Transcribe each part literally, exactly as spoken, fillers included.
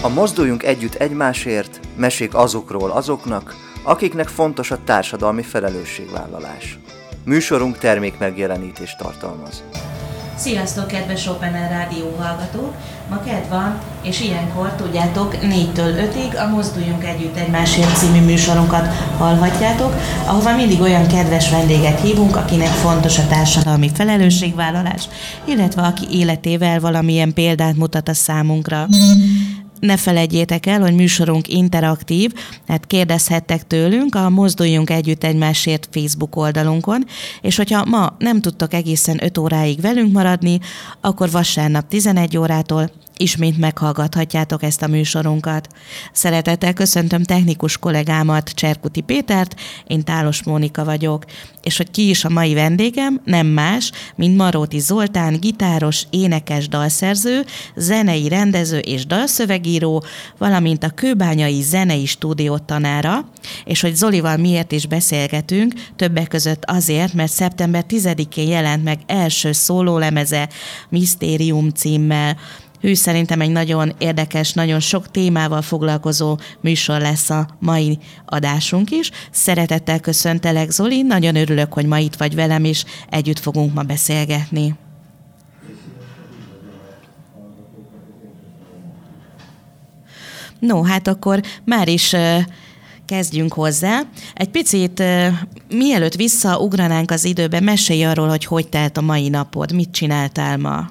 A Mozduljunk együtt egymásért, mesék azokról azoknak, akiknek fontos a társadalmi felelősségvállalás. Műsorunk termékmegjelenítést tartalmaz. Sziasztok, kedves Open Air Rádió hallgatók! Ma kedd van, és ilyenkor tudjátok, négytől ötig a Mozduljunk együtt egymásért című műsorunkat hallhatjátok, ahova mindig olyan kedves vendéget hívunk, akinek fontos a társadalmi felelősségvállalás, illetve aki életével valamilyen példát mutat a számunkra. Ne felejtjétek el, hogy műsorunk interaktív, tehát kérdezhettek tőlünk a Mozduljunk együtt egymásért Facebook oldalunkon, és hogyha ma nem tudtok egészen öt óráig velünk maradni, akkor vasárnap tizenegy órától ismét meghallgathatjátok ezt a műsorunkat. Szeretettel köszöntöm technikus kollégámat, Cserkuti Pétert, én Tálos Mónika vagyok, és hogy ki is a mai vendégem, nem más, mint Maróti Zoltán, gitáros, énekes, dalszerző, zenei rendező és dalszövegíró, valamint a Kőbányai Zenei Stúdió tanára, és hogy Zolival miért is beszélgetünk, többek között azért, mert szeptember tizedikén jelent meg első szólólemeze Misztérium címmel. Hű, szerintem egy nagyon érdekes, nagyon sok témával foglalkozó műsor lesz a mai adásunk is. Szeretettel köszöntelek, Zoli, nagyon örülök, hogy ma itt vagy velem, és együtt fogunk ma beszélgetni. No, hát akkor már is uh, kezdjünk hozzá. Egy picit, uh, mielőtt visszaugranánk az időbe, mesélj arról, hogy hogy telt a mai napod, mit csináltál ma?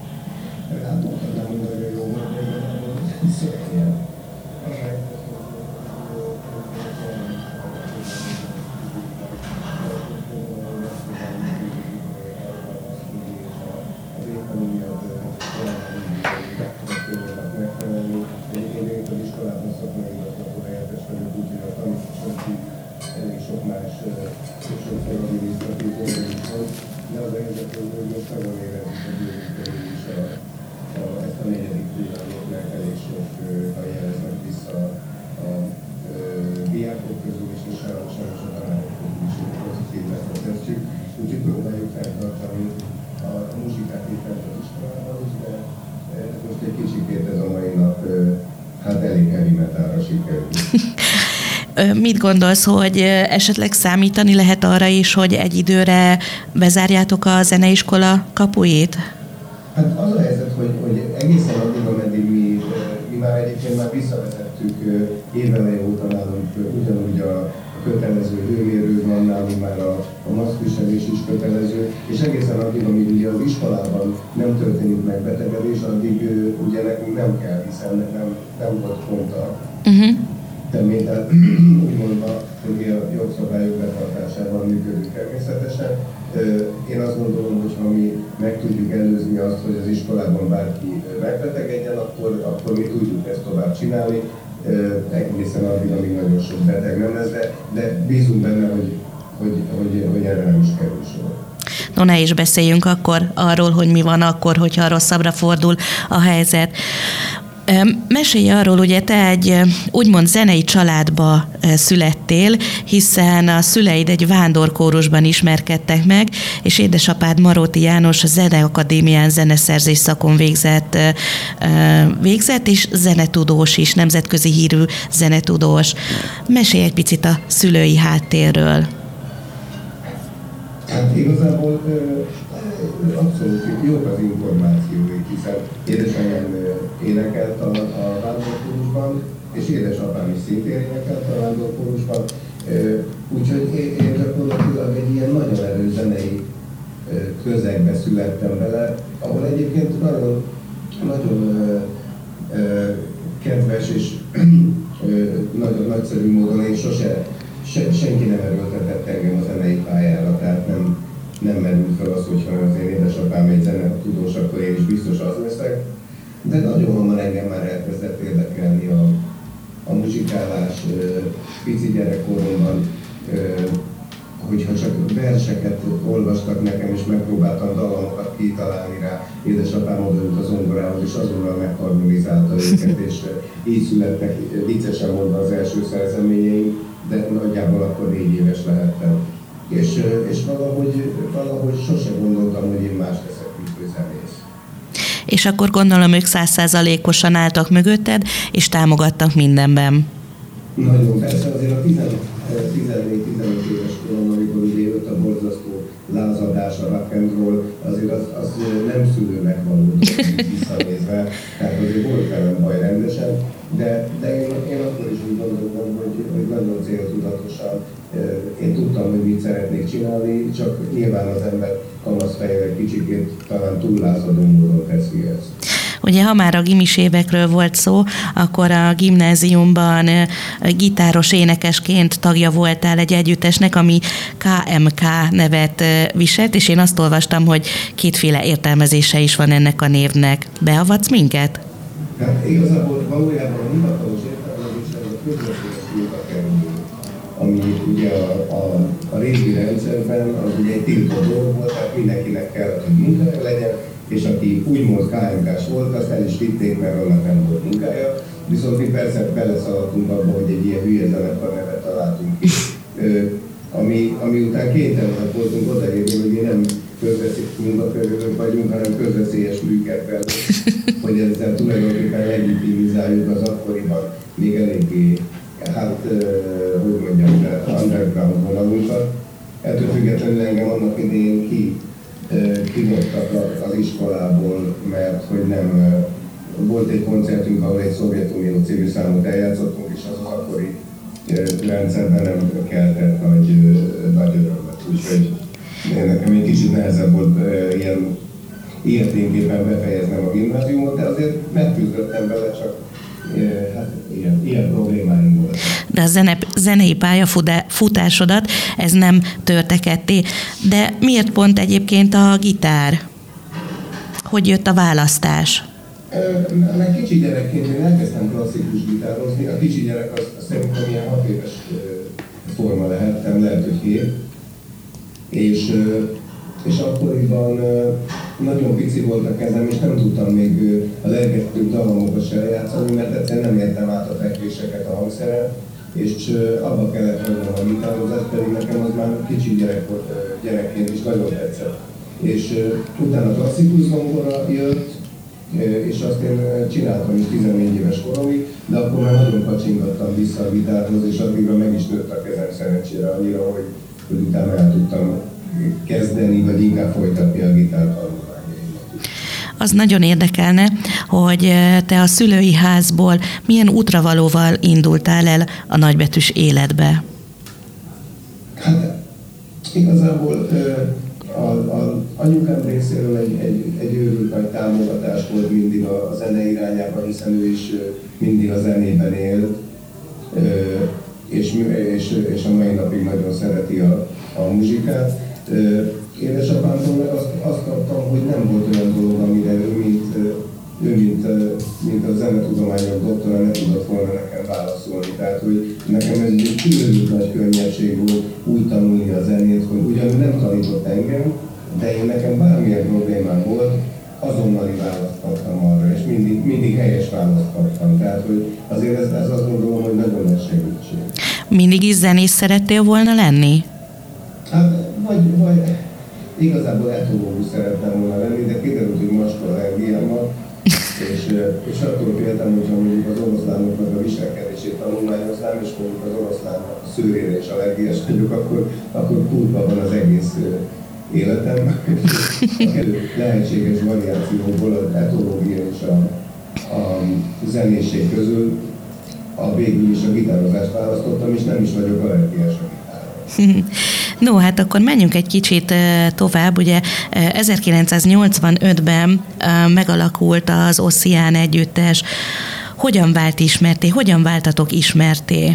Mit gondolsz, hogy esetleg számítani lehet arra is, hogy egy időre bezárjátok a zeneiskola kapuit? Hát az a helyzet, hogy, hogy egészen addig, ameddig mi, mi már egyébként már visszavezettük évele óta nálunk ugyanúgy a kötelező hőmérő van, nálunk már a, a maszkviselés is kötelező, és egészen addig, amíg ugye az iskolában nem történik megbetegedés, addig ugye nekünk nem kell, hiszen nem, nem volt konta. Uh-huh. Tehát úgymond a, hogy a jogszabályok betartásával működünk természetesen. Én azt gondolom, hogy ha mi meg tudjuk előzni azt, hogy az iskolában bárki megbetegedjen, akkor, akkor mi tudjuk ezt tovább csinálni. Egészen addig, amíg nagyon sok beteg nem lesz, de, de bízunk benne, hogy, hogy, hogy, hogy erre nem is kerül sor. No, ne is beszéljünk akkor arról, hogy mi van akkor, hogyha rosszabbra fordul a helyzet. Mesélj arról, ugye te egy úgymond zenei családba születtél, hiszen a szüleid egy vándorkórusban ismerkedtek meg, és édesapád Maróti János a Zeneakadémián zeneszerzés szakon végzett, végzett, és zenetudós is, nemzetközi hírű zenetudós. Mesélj egy picit a szülői háttérről. Hát igazából abszolút jók az információik, hiszen édesanyám énekelt a, a vándorkórusban, és édesapám is szintén énekelt a vándorkórusban. Úgyhogy én, én gyakorlatilag egy ilyen nagyon erős zenei közegbe születtem bele, ahol egyébként nagyon, nagyon ö, ö, kedves és ö, nagyon nagyszerű módon én sose, se, senki nem erőltetett engem a zenei pályára, tehát nem, nem merült fel az, hogyha az én édesapám egy zenetudós, akkor én is biztos az leszek. De nagyon hamar engem már elkezdett érdekelni a, a muzsikálás, pici gyerekkoromban, hogyha csak verseket olvastak nekem, és megpróbáltam dallamokat kitalálni rá, édesapám odaült az zongorához, és azonnal megharmonizálta őket, és így születtek, viccesen mondva, az első szerzeményeim, de nagyjából akkor négy éves lehettem. És, és valahogy, valahogy sose gondoltam, hogy én más leszek, mint zenész. És akkor gondolom ők száz százalékosan álltak mögötted, és támogattak mindenben. Nagyon persze, azért a tizennégy-tizenöt éves korom, amikor ugye jött a borzasztó lázadás, a rock and roll, azért az, az nem szülőnek való visszanézve, tehát azért volt velem baj rendesen, de, de én, én akkor is úgy gondolom, hogy, hogy nagyon céltudatosan én tudtam, hogy mit szeretnék csinálni, csak nyilván az ember kamaszfejjel kicsikét talán túllázadó módon teszi ezt. Ugye, ha már a gimis évekről volt szó, akkor a gimnáziumban gitáros énekesként tagja voltál egy együttesnek, ami ká em ká nevet viselt, és én azt olvastam, hogy kétféle értelmezése is van ennek a névnek. Beavatsz minket? Hát igazából valójában a hivatalos értelmezése az a közvetlenes munkakerülő, ami ugye a, a, a régi rendszerben az ugye egy tiltott dolog volt, tehát mindenkinek kellett, hogy munkája legyen, és aki úgymond ká em ká-s volt, azt el is vitték, mert annak nem volt munkája. Viszont mi persze beleszaladtunk abba, hogy egy ilyen hülye zenekar nevet találtunk ki, ami, ami után kénytelenek voltunk odaérni, hogy mi nem közveszélyes munkakörülők vagyunk, hanem közveszélyes műkedvel, hogy ezzel tulajdonképpen legitimizáljuk az akkoriban még eléggé, hát, hogy mondjam, underground vonalunkat. Ettől függetlenül engem annak idején ki kivontak az iskolából, mert hogy nem volt egy koncertünk, ahol egy Szovjetunió című számot eljátszottunk, és az az akkori rendszerben nem keltett nagy, nagy örömet. Úgyhogy nekem egy kicsit nehezebb volt ilyen ilyetényképpen befejeznem a gimnáziumot, de azért megküzdöttem vele, csak hát ilyen, ilyen problémáim volt. De a zene, zenei pályafutásodat ez nem törte ketté. De miért pont egyébként a gitár? Hogy jött a választás? Mert kicsi gyerekként én elkezdtem klasszikus gitározni. A kicsi gyerek az, az szerintem ilyen hat éves forma lehettem, lehet, hogy hét. És, és akkoriban nagyon pici volt a kezem, és nem tudtam még a legergetőbb dalamokat se eljátszani, mert egyszerűen nem értem át a fekvéseket a hangszeren, és abba kellett hagynom a gitározást, pedig nekem az már kicsi gyerek volt, gyerekként is nagyon tetszett. És utána klasszikus zongora jött, és azt én csináltam is tizennégy éves koromig, de akkor már nagyon kacsingattam vissza a gitárhoz, és addigra meg is nőtt a kezem szerencsére annyira, hogy, hogy utána el tudtam kezdeni, vagy inkább folytatni a gitártanulmányaimat. Az nagyon érdekelne, hogy te a szülői házból milyen útravalóval indultál el a nagybetűs életbe? Hát igazából a, a anyukám részéről egy, egy, egy őrült nagy támogatás volt mindig a, a zene irányában, hiszen ő is mindig a zenében élt, és, és, és a mai napig nagyon szereti a, a muzsikát. Édesapámtól meg azt, azt kaptam, hogy nem volt olyan dolog, amire ő, mint, ő mint, mint a zenetudományok doktora nem tudott volna nekem válaszolni. Tehát, hogy nekem ez egy különböző nagy könnyedség volt úgy tanulni a zenét, hogy ugyan nem tanított engem, de én nekem bármilyen problémám volt, azonnali választ kaptam arra, és mindig, mindig helyes választ kaptam. Tehát, hogy azért ez, ez azt gondolom, hogy nagyon nagy segítség. Mindig is zenész szerettél volna lenni? Hát, vagy, vagy igazából etológus szerettem volna lenni, de kiderült, hogy macska allergiámmal, és, és attól féltem, hogyha mondjuk az oroszlánoknak a viselkedését tanulmányoznám, és mondjuk az oroszlán szőrére is allergiás vagyok, akkor, akkor kurva van az egész életem. A lehetséges variációból az etológia és a, a zenészség közül a végül is a gitározást választottam, és nem is vagyok allergiás a gitárra. No, hát akkor menjünk egy kicsit tovább. Ugye ezerkilencszáznyolcvanötben megalakult az Ocean együttes. Hogyan vált ismerté? Hogyan váltatok ismerté?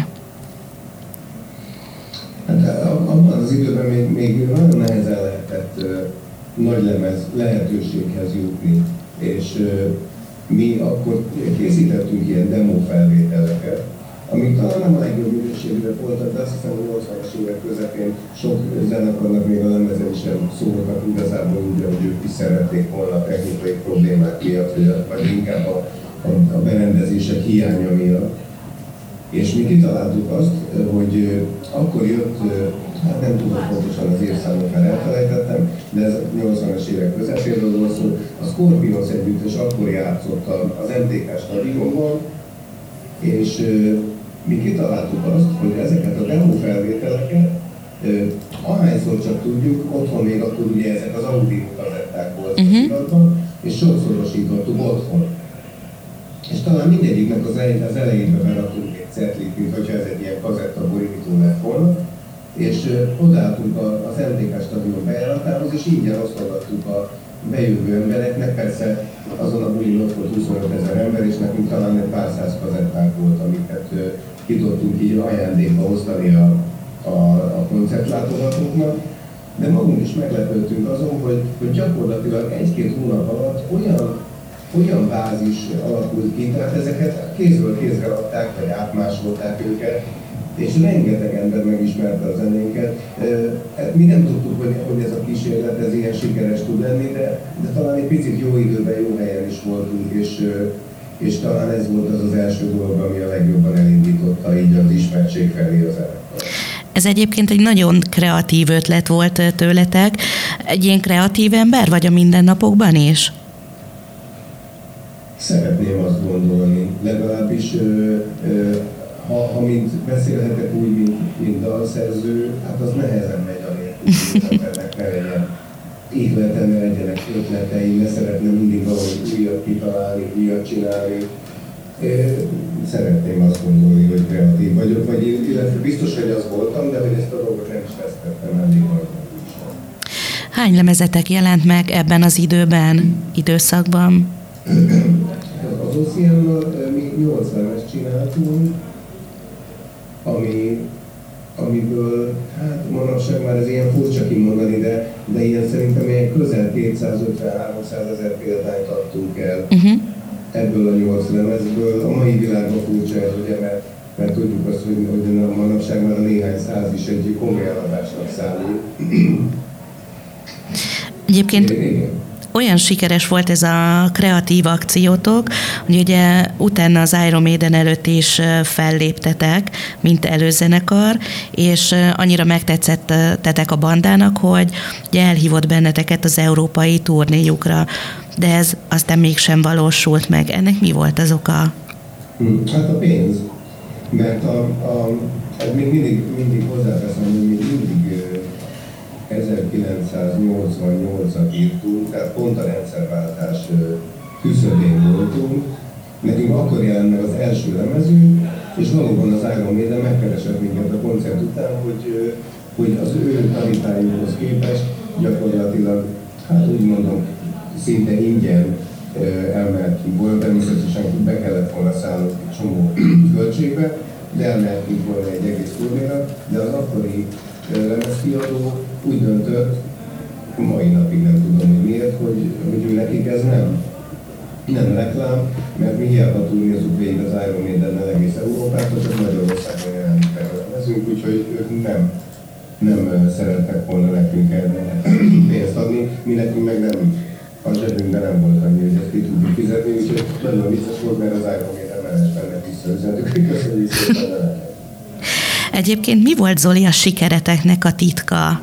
Hát abban az időben még, még nagyon nehezen lehetett uh, nagylemez lehetőséghez jutni, és uh, mi akkor készítettünk ilyen demo felvételeket, amik talán nem a legjobb minőségűek voltak, de azt hiszem, hogy nyolcvanas évek közepén sok zenekarnak még a lemezen sem szóltak igazából úgy, hogy ők is szerették volna a technikai problémák miatt, vagy inkább a, a, a berendezések hiánya miatt. És mi kitaláltuk azt, hogy akkor jött, hát nem tudom pontosan az évszámot, mert elfelejtettem, de ez a nyolcvanas évek közepéről volt szó. A Scorpions együttes akkor játszott az em té ká stadionban, és mi kitaláltuk azt, hogy ezeket a demo felvételeket, ahányszor csak tudjuk, otthon még akkor ugye ezek az audio kazetták voltak uh-huh. és sokszorosítottuk otthon. És talán mindegyiknek az, elej, az elejében beraktunk egy cetlit, mint hogyha ez egy ilyen kazetta borító lett volna, és odaálltunk az em té ká stadion bejáratához, és ingyen osztogattuk a bejövő embereknek, persze azon a bulin ott volt huszonöt ezer ember, és nekünk talán egy pár száz kazettánk volt, amiket ki tudtunk így ajándékba osztani a, a, a koncertlátogatóknak, de magunk is meglepődtünk azon, hogy, hogy gyakorlatilag egy-két hónap alatt olyan, olyan bázis alakult ki, tehát ezeket kézről kézre adták, vagy átmásolták őket, és rengeteg ember megismerte a zenénket. Mi nem tudtuk, hogy, hogy ez a kísérlet ez ilyen sikeres tud lenni, de, de talán egy picit jó időben, jó helyen is voltunk, és, és talán ez volt az az első dolog, ami a legjobban elindította így az ismertség felé az zenekar. Ez egyébként egy nagyon kreatív ötlet volt tőletek. Egy ilyen kreatív ember vagy a mindennapokban is? Szeretném azt gondolni, legalábbis ö, ö, ha, ha mint beszélhetek úgy, mint, mint dalszerző, hát az nehezen megy anélkül, hogy az embernek ne legyen étlete, ne legyenek ötletei, ne szeretne mindig valahogy újat kitalálni, újat csinálni. Szeretném azt gondolni, hogy kreatív vagyok, vagy illetve biztos, hogy az voltam, de hogy ezt a dolgot nem is vesztettem eddig majdnem. Hány lemezetek jelent meg ebben az időben, időszakban? Az Oceannal mi nyolc lemezt csináltunk, ami, amiből, hát manapság már ez ilyen furcsa kimondani, de, de ilyen szerintem ilyen közel kétszázötven-háromszáz ezer példányt adtunk el uh-huh. ebből a nyolc lemezből. A mai világban furcsa ez, ugye, mert, mert tudjuk azt, hogy, hogy a manapság már a néhány száz is egy komoly eladásnak számít. Egyébként olyan sikeres volt ez a kreatív akciótok, hogy ugye utána az Iron Maiden előtt is felléptetek, mint előzenekar, és annyira megtetszettetek a bandának, hogy ugye elhívott benneteket az európai turnéjukra, de ez aztán mégsem valósult meg. Ennek mi volt az oka? Hát a pénz. Mert a, a, még mindig, mindig hozzáteszem, hogy még mindig ezerkilencszáznyolcvannyolcat írtunk, tehát pont a rendszerváltás küszöbén voltunk. Nekünk akkor jelent meg az első lemezünk, és valóban az Iron Maiden megkeresett minket a koncert után, hogy, hogy az ő taritájukhoz képest gyakorlatilag, hát úgy mondom, szinte ingyen elmehetünk volna, természetesen be kellett volna szállnunk egy csomó költségbe, de elmehetünk volna egy egész turnéra, de az akkori lemezkiadó úgy döntött, mai napig nem tudom, hogy miért, hogy, hogy ő nekik ez nem, nem reklám, mert mi hiába turnézzuk végig az Iron Maidennel egész Európát, csak Magyarországon jelenik meg a lemezünk, úgyhogy ők nem, nem szerettek volna nekünk erre pénzt adni, mi nekünk meg nem, a zsebünkben nem volt annyi, hogy ezt ki tudjuk fizetni, úgyhogy nagyon vicces volt, mert az Iron Maiden menedzsmentnek visszaüzentük, hogy köszönjük szépen vele. Egyébként mi volt, Zoli, a sikereteknek a titka?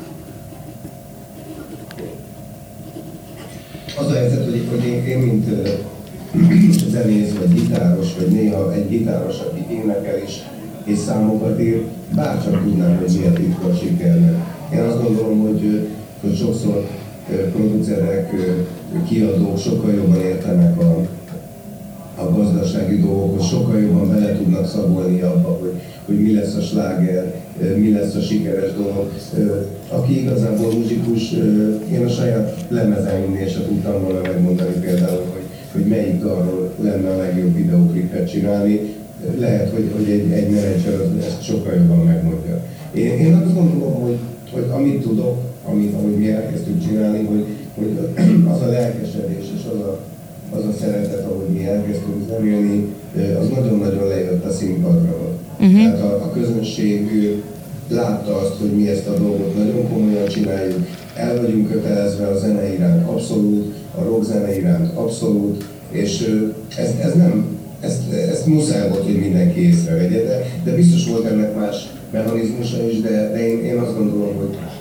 Az a helyzet, hogy, hogy én, én mint zenész, vagy gitáros, vagy néha egy gitáros, aki énekel is, és számokat ír, bárcsak tudnám, hogy mi a titka a sikernek. Én azt gondolom, hogy, hogy sokszor producerek, kiadók sokkal jobban értenek a, a gazdasági dolgokhoz, sokkal jobban bele tudnak szabolni abba, hogy, hogy mi lesz a sláger, mi lesz a sikeres dolog. Aki igazából muzsikus, én a saját lemezeimnél se tudtam volna megmondani például, hogy, hogy melyik dalról lenne a legjobb videóklipet csinálni. Lehet, hogy, hogy egy, egy menedzser ezt sokkal jobban megmondja. Én, én azt gondolom, hogy, hogy amit tudok, amit, ahogy mi elkezdtük csinálni, hogy, hogy az a lelkesedés és az a, az a szeretet, ahogy mi elkezdtünk zenélni, az nagyon-nagyon lejött a színpadra. Uh-huh. Tehát a, a közönség látta azt, hogy mi ezt a dolgot nagyon komolyan csináljuk, el vagyunk kötelezve a zene iránt abszolút, a rock zene iránt abszolút, és ez, ez nem, ezt, ezt muszáj volt, hogy mindenki észrevegye, de, de biztos volt ennek más mechanizmusa is, de, de én, én azt gondolom, hogy,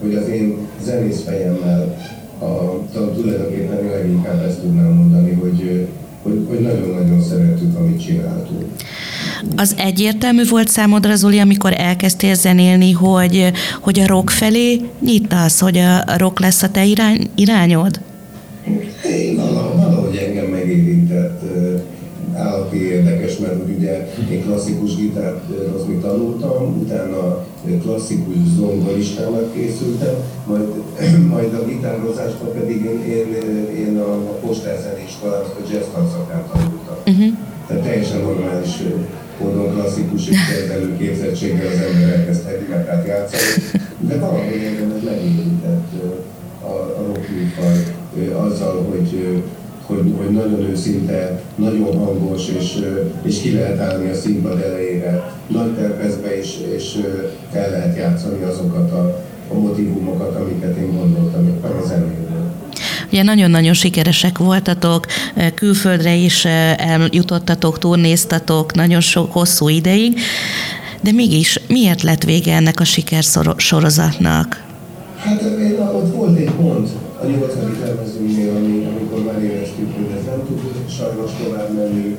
hogy az én zenész fejemmel a, tulajdonképpen leginkább ezt tudnám mondani, hogy, hogy, hogy nagyon-nagyon szerettük, amit csináltunk. Az egyértelmű volt számodra, Zoli, amikor elkezdtél zenélni, hogy, hogy a rock felé nyitasz, hogy a rock lesz a te irány, irányod? Én valahogy engem megérintett, állati érdekes, mert ugye én klasszikus gitározni tanultam, utána klasszikus zongoristának készültem, majd, majd a gitározásban pedig én, én, én a postárzeneiskolán a jazz tanszakán tanultam. Uh-huh. Tehát teljesen normális módon klasszikus és kezdelő képzettséggel az ember elkezd heavy játszani, de valahogy engem ez megérintett a, a rock műfaj azzal, hogy Hogy, hogy nagyon őszinte, nagyon hangos, és, és ki lehet állni a színpad elejére, nagy terpezbe, és, és el lehet játszani azokat a, a motivumokat, amiket én gondoltam éppen a zenéből. Ugye nagyon-nagyon sikeresek voltatok, külföldre is eljutottatok, turnéztatok nagyon sok, hosszú ideig, de mégis miért lett vége ennek a sikersorozatnak? Hát én, ott volt egy pont a nyolcadik lemezünknél, amikor már éreztük, hogy ez nem tud sajnos tovább menni.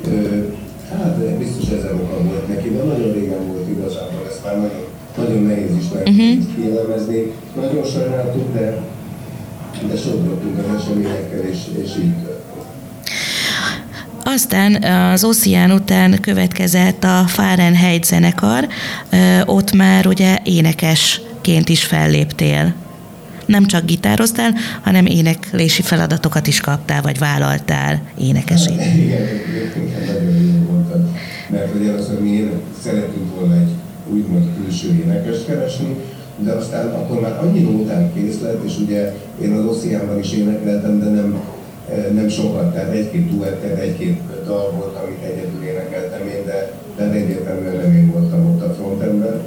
Hát biztos ezer oka volt neki, de nagyon régen volt igazából, ezt már nagyon, nagyon nehéz is meg uh-huh. kielemezni. Nagyon sajnáltuk, de, de sodrottunk az eseményekkel, és, és így történt. Aztán az Ocean után következett a Fahrenheit zenekar, ott már ugye énekesként is felléptél. Nem csak gitároztál, hanem éneklési feladatokat is kaptál, vagy vállaltál énekesé. Hát, igen, igen, nagyon jól mondtad. Mert hogy először mi szerettünk volna egy úgymond külső énekest keresni, de aztán akkor már annyi nótán kész lett, és ugye én az Oceanban is énekeltem, de nem, nem sokat, tehát egy-két duetted, egy-két dal volt, amit egyedül énekeltem én, de, de egyértelműen nem én voltam ott a frontember.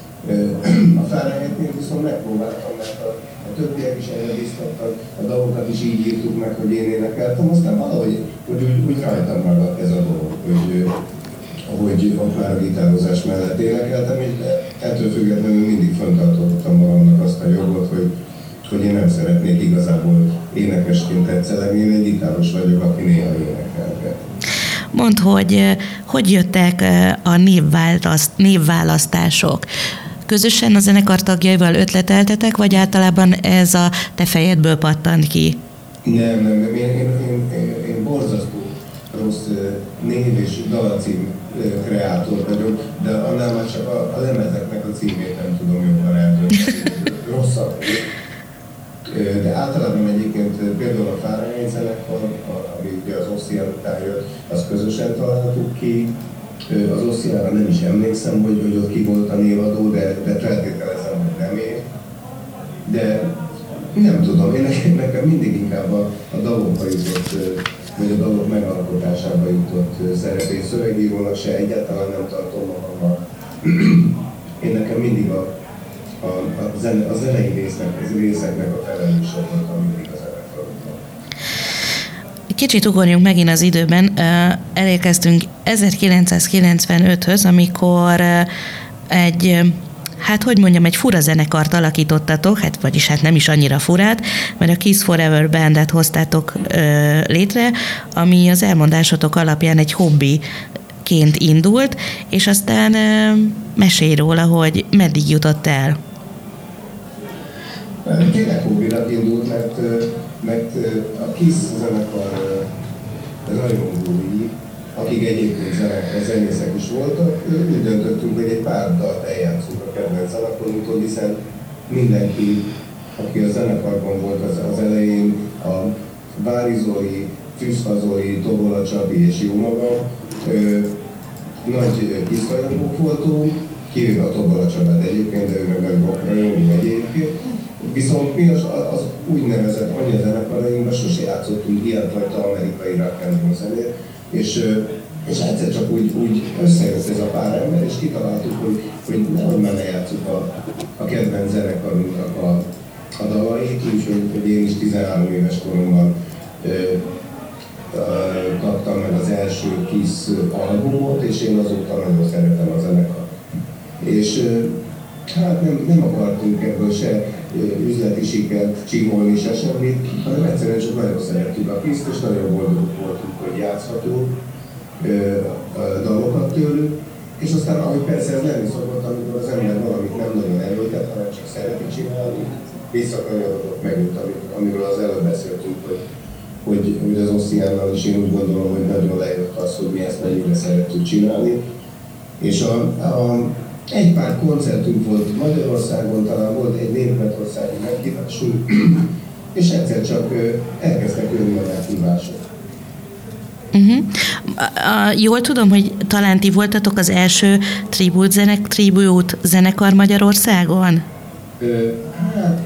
A Fahrenheitnél viszont megpróbáltam, mert a, a többiek is erre biztattak, a dalokat is így írtuk meg, hogy én énekeltem, aztán valahogy hogy úgy, úgy rajtam maradt ez a dolog, hogy, hogy ott már a gitározás mellett énekeltem, és ettől függetlenül mindig fenntartottam magamnak azt a jogot, hogy, hogy én nem szeretnék igazából énekesként tetszelni, én egy gitáros vagyok, aki néha énekelget. Mondd, hogy hogy jöttek a névválaszt, névválasztások? Közösen a zenekar tagjaival ötleteltetek, vagy általában ez a te fejedből pattant ki? Nem, nem, nem. Én, én, én, én, én borzasztó rossz név és dalcím kreátor vagyok, de annál már csak a, a lemezeknek a címét nem tudom jobban eldönteni. Rosszabb. De általában egyébként például a Fahrenheit zenekar, ami ugye az Ocean után jött, azt közösen találtuk ki. Az Oceanra nem is emlékszem, hogy, hogy ott ki volt a névadó, de, de feltételezem, hogy nem én. De nem tudom, én nekem mindig inkább a, a dalokba jutott, vagy a dalok megalkotásába jutott szerepé. Szövegírónak se egyáltalán nem tartom magammal. Én nekem mindig a, a, a, zene, a zenei résznek, az részeknek a felelőse voltam mindig a zenekarokban. Kicsit ugorjunk megint az időben. Elérkeztünk ezerkilencszázkilencvenöthöz, amikor egy, hát hogy mondjam, egy fura zenekart alakítottatok, hát vagyis hát nem is annyira furát, mert a Kiss Forever Bandet hoztátok létre, ami az elmondásotok alapján egy hobbiként indult, és aztán mesélj róla, hogy meddig jutott el. Tényleg hobbinak indult, mert, mert a Kiss zenekar rajongói, akik egyébként zenészek is voltak, úgy döntöttünk, hogy egy pár dalt eljátszunk a kedvenc zenekarunktól, hiszen mindenki, aki a zenekarban volt az, az elején, a Vári Zoli, Fűszfa Zoli, Tobola Csabi és jó magam, nagy Kiss-rajongók voltunk, kivéve a Tobola Csabát egyébként, de ő meg nagy rock-rajongó egyébként. Viszont mi az, az úgynevezett anyazenekarainkban sose játszottunk ilyen fajta amerikai rock and roll zenét, és, és egyszer csak úgy, úgy összejött ez a pár ember, és kitaláltuk, hogy, hogy nehogy már ne játsszuk a, a kedvenc zenekarunknak a, a dalait, úgyhogy hogy én is tizenhárom éves koromban ö, ö, kaptam meg az első Kiss albumot, és én azóta nagyon szeretem a zenekart. És, Hát nem, nem akartunk ebből se üzleti sikert csimolni, se semmit, hanem egyszerűen csak nagyon szerettük a kiszt, és nagyon boldogok voltunk, hogy játszhatunk dalokat tőlük. És aztán, ahogy persze ez lenni szokott, amikor az ember valamit nem nagyon erőltet, hanem csak szereti csinálni, visszakanyarodott megint, amiről az előbb beszéltünk, hogy, hogy, hogy az Ossiánnal is én úgy gondolom, hogy nagyon lejött az, hogy mi ezt mennyire szeretjük csinálni. És a, a, egy pár koncertünk volt Magyarországon, talán volt egy németországi meghívásunk, és egyszer csak elkezdtek jönni a meghívások. Uh-huh. Jól tudom, hogy talán ti voltatok az első tribute, zenek, tribute zenekar Magyarországon? Ö, hát,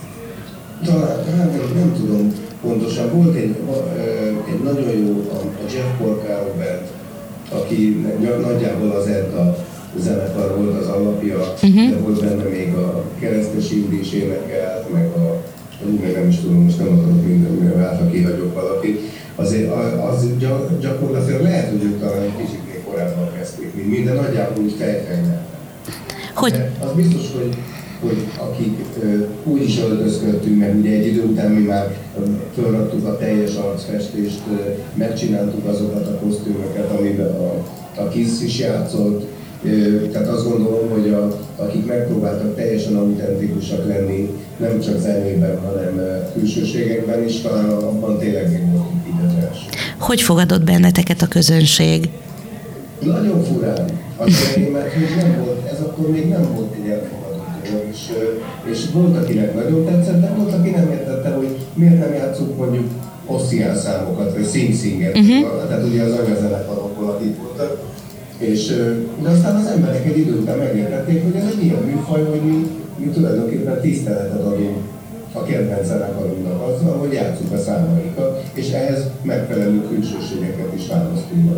talán, hát nem, nem tudom pontosan. Volt egy, egy nagyon jó, a Jeff Porcaro Band, aki nagyjából az Edda zenekar volt az alapja, uh-huh. de volt benne még a Keresztes Indi is énekelt, meg a, meg nem is tudom, most nem akarok minden, mert ha kihagyok valakit. Azért az gyakorlatilag lehet, hogy ők talán egy kicsit még korábban kezdték, mint minden, nagyjából úgy fejfejnek. Hogy? De az biztos, hogy, hogy akik úgy is öltözködtünk, mert ugye egy idő után mi már fölraktuk a teljes arcfestést, megcsináltuk azokat a kosztümöket, amiben a, a Kiss is játszott. Tehát azt gondolom, hogy a, akik megpróbáltak teljesen autentikusak lenni, nem csak zenében, hanem külsőségekben is, talán abban tényleg még voltunk idős. Hogy fogadott benneteket a közönség? Nagyon furán. Az elején, mert nem volt, ez akkor még nem volt egy elfogadott dolog, és, és volt, akinek nagyon tetszett, de volt, aki nem értette, hogy miért nem játszunk mondjuk Ossian számokat, vagy Sing Singer, uh-huh. tehát ugye az anyazenekarokból, akik voltak. És de aztán az emberek egy idő után megértették, hogy ez egy ilyen műfaj, hogy mi, mi tulajdonképpen tiszteletet adunk a kedvenc zenekarunknak azzal, hogy játsszuk a számaikat, és ehhez megfelelő külsőségeket is választunk.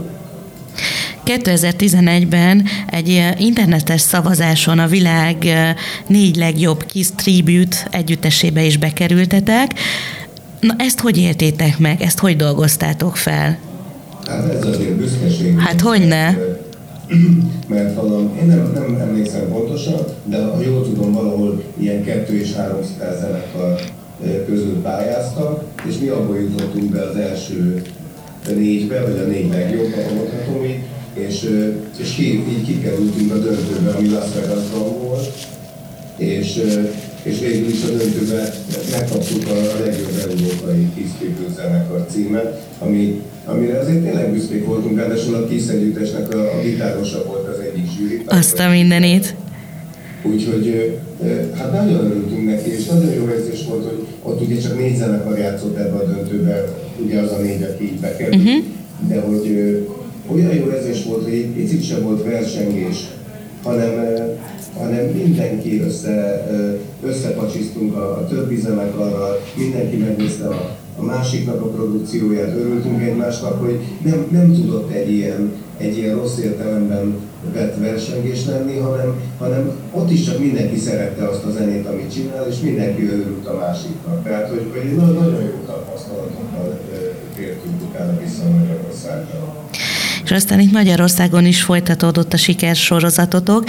kétezer-tizenegyben egy internetes szavazáson a világ négy legjobb Kiss Tribute együttesébe is bekerültetek. Na ezt hogy éltétek meg? Ezt hogy dolgoztátok fel? Hát ez azért büszkeség. Hát hogyne? Mert valami, én nem, nem emlékszem pontosan, de ha jól tudom, valahol ilyen kettő és háromszáz zenekar közül pályáztak, és mi abból jutottunk be az első négybe, vagy a négy legjobb, ha mondhatom így, és, és ki, így kikerültünk a döntőbe, ami Las Vegasban volt, és, és végül is a döntőben megkaptuk a legjobb európai Kiss Tribute zenekar címet, ami, amire azért tényleg büszkék voltunk, ráadásul a Kiss együttesnek a, a gitárosa volt az egyik zsűri. Azt a mindenit. Úgyhogy hát nagyon örültünk neki, és nagyon jó érzés volt, hogy ott ugye csak négy zenekar játszott ebbe a döntőbe, ugye az a négy, aki így bekerült, uh-huh. de hogy olyan jó érzés volt, hogy egy picit sem volt versengés, hanem, hanem mindenki össze, összepacsisztunk a, a többi zenekarral, mindenki megnézte a, a másiknak a produkcióját, örültünk egymásnak, hogy nem, nem tudott egy ilyen, egy ilyen rossz értelemben vett versengés lenni, hanem, hanem ott is csak mindenki szerette azt a zenét, amit csinál, és mindenki örült a másiknak. Tehát, hogy, hogy nagyon jó tapasztalatokkal tértünk utána vissza Magyarországra. És aztán itt Magyarországon is folytatódott a sikersorozatotok.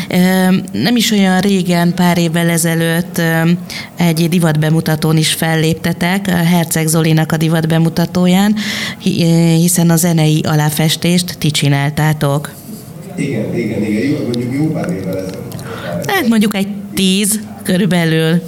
Nem is olyan régen, pár évvel ezelőtt egy divatbemutatón is felléptetek, a Herceg Zolinak a divatbemutatóján, hiszen a zenei aláfestést ti csináltátok. Igen, igen, igen, jó, mondjuk jó pár évvel ezelőtt. Hát mondjuk egy tíz körülbelül.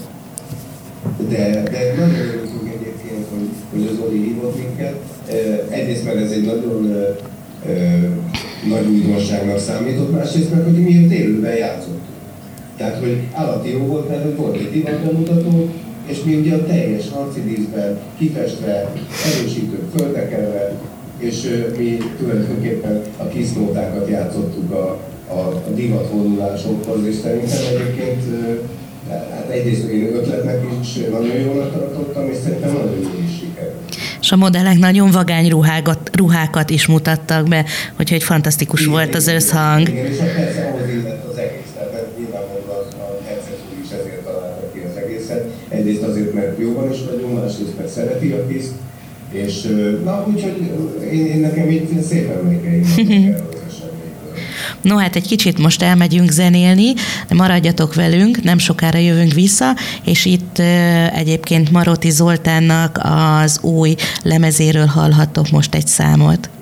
De, de nagyon örültünk egyébként, hogy, hogy az Zoli hívott minket. Egyrészt, mert ez egy nagyon Ö, nagy újdonságnak számított, másrészt meg, hogy mi ott élőben játszottunk. Tehát, hogy állati jó volt, mert hogy volt egy divatbemutató, és mi ugye a teljes harci díszben, kifestve, erősítők föltekelve, és ö, mi tulajdonképpen a kisznótákat játszottuk a, a, a divatvonulásokhoz, és szerintem egyébként ö, hát egyrészt én ötletnek is nagyon jól tartottam, és szerintem nagyon jól is sikerült. És a modellek nagyon vagány ruhákat, ruhákat is mutattak be, úgyhogy fantasztikus igen, volt az összhang. Igen, és persze ahhoz illett az egész, tehát nyilvánvalóan a Herceg Zoli is ezért találta ki az egészet. Egyrészt azért, mert jóban is vagyunk, másrészt mert szereti a Kiszt, és na úgyhogy én, én nekem így szép emlékeim vannak erről az eseményről. No hát egy kicsit most elmegyünk zenélni, de maradjatok velünk, nem sokára jövünk vissza, és itt egyébként Maróti Zoltánnak az új lemezéről hallhattok most egy számot.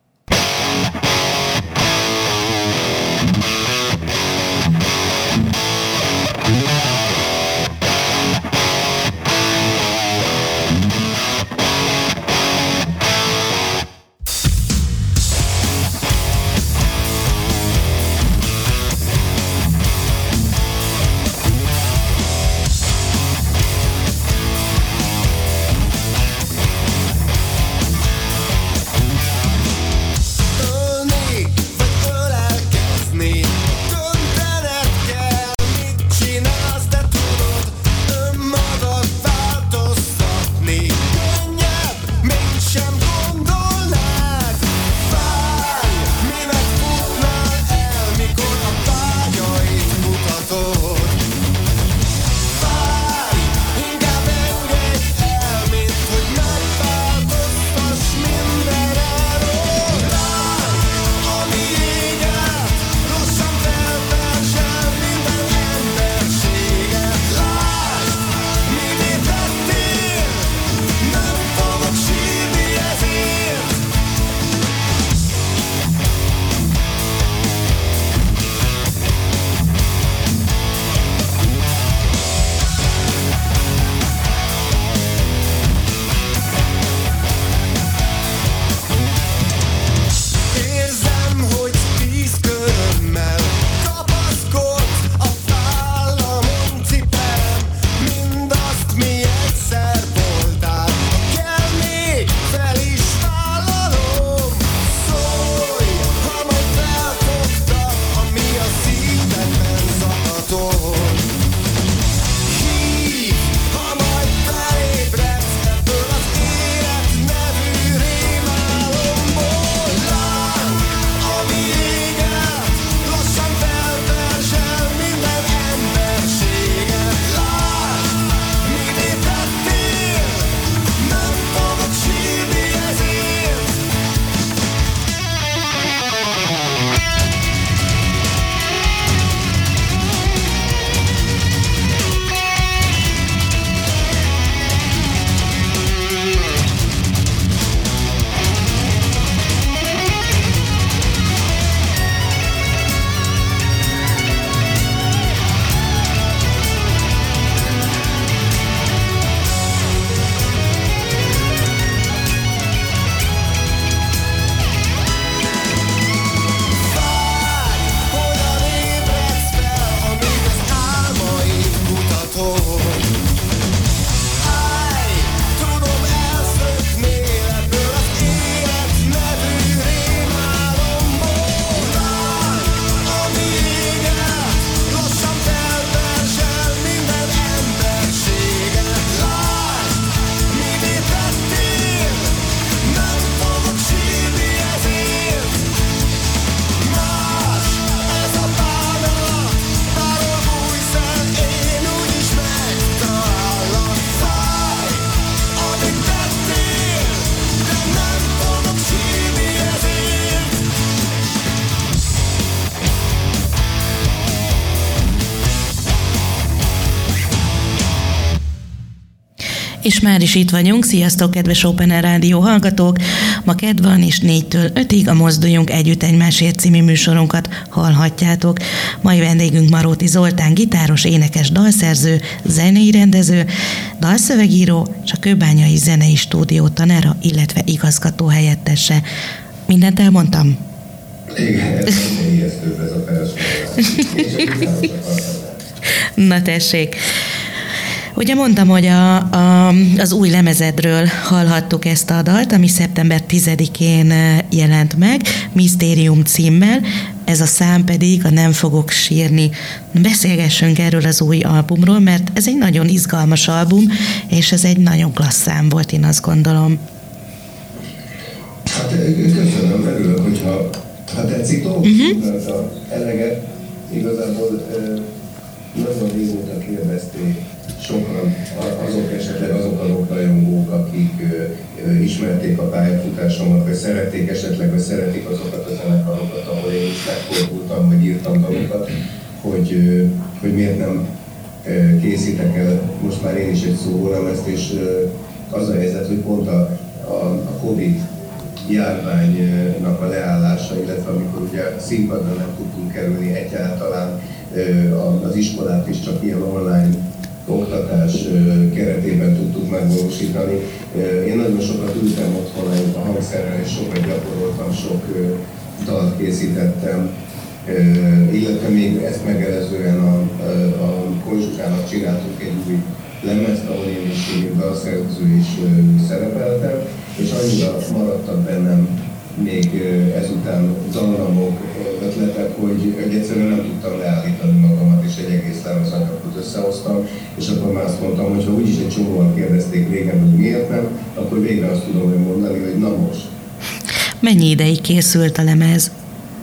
És már is itt vagyunk. Sziasztok, kedves Open Air Rádió hallgatók! Ma kedv van, és négytől ötig a Mozduljunk Együtt Egymásért című műsorunkat hallhatjátok. Mai vendégünk Maróti Zoltán, gitáros, énekes, dalszerző, zenei rendező, dalszövegíró és a Kőbányai Zenei Stúdió tanára, illetve igazgató helyettese. Mindent elmondtam? Igen, ez ijesztőbb ez a felsorolás. Na tessék! Ugye mondtam, hogy a, a, az új lemezedről hallhattuk ezt a dalt, ami szeptember tizedikén jelent meg, Misztérium címmel, ez a szám pedig a Nem fogok sírni. Beszélgessünk erről az új albumról, mert ez egy nagyon izgalmas album, és ez egy nagyon klassz szám volt, én azt gondolom. Hát köszönöm, örülök, hogyha ha tetszik, dolgozunk uh-huh. az a eleget. Igazából nagyon régóta kérdezték sokan, azok esetleg azok a rajongók, akik ö, ö, ismerték a pályafutásomat, vagy szerették esetleg, vagy szeretik azokat a zenekarokat, ahol én is megfordultam, vagy írtam dalokat, hogy, hogy miért nem készítek el most már én is egy szólólemezt, és az a helyzet, hogy pont a, a, a Covid járványnak a leállása, illetve amikor ugye színpadra nem tudtunk kerülni egyáltalán, az iskolát is csak ilyen online oktatás keretében tudtuk megvalósítani. Én nagyon sokat ültem otthon a hangszerrel, és sokat gyakoroltam, sok dalt készítettem, illetve még ezt megelőzően a, a Konzsukának csináltunk egy új lemezt, ahol én is dalszerző is szerepeltem, és annyira maradtak bennem még ezután dallamok, ötletek, hogy, hogy egyszerűen nem tudtam leállítani magamat, és egy egész lemezanyagot összehoztam, és akkor már azt mondtam, hogy ha úgyis egy csomóan kérdezték régen, hogy miért nem, akkor végre azt tudom mondani, hogy na most. Mennyi ideig készült a lemez?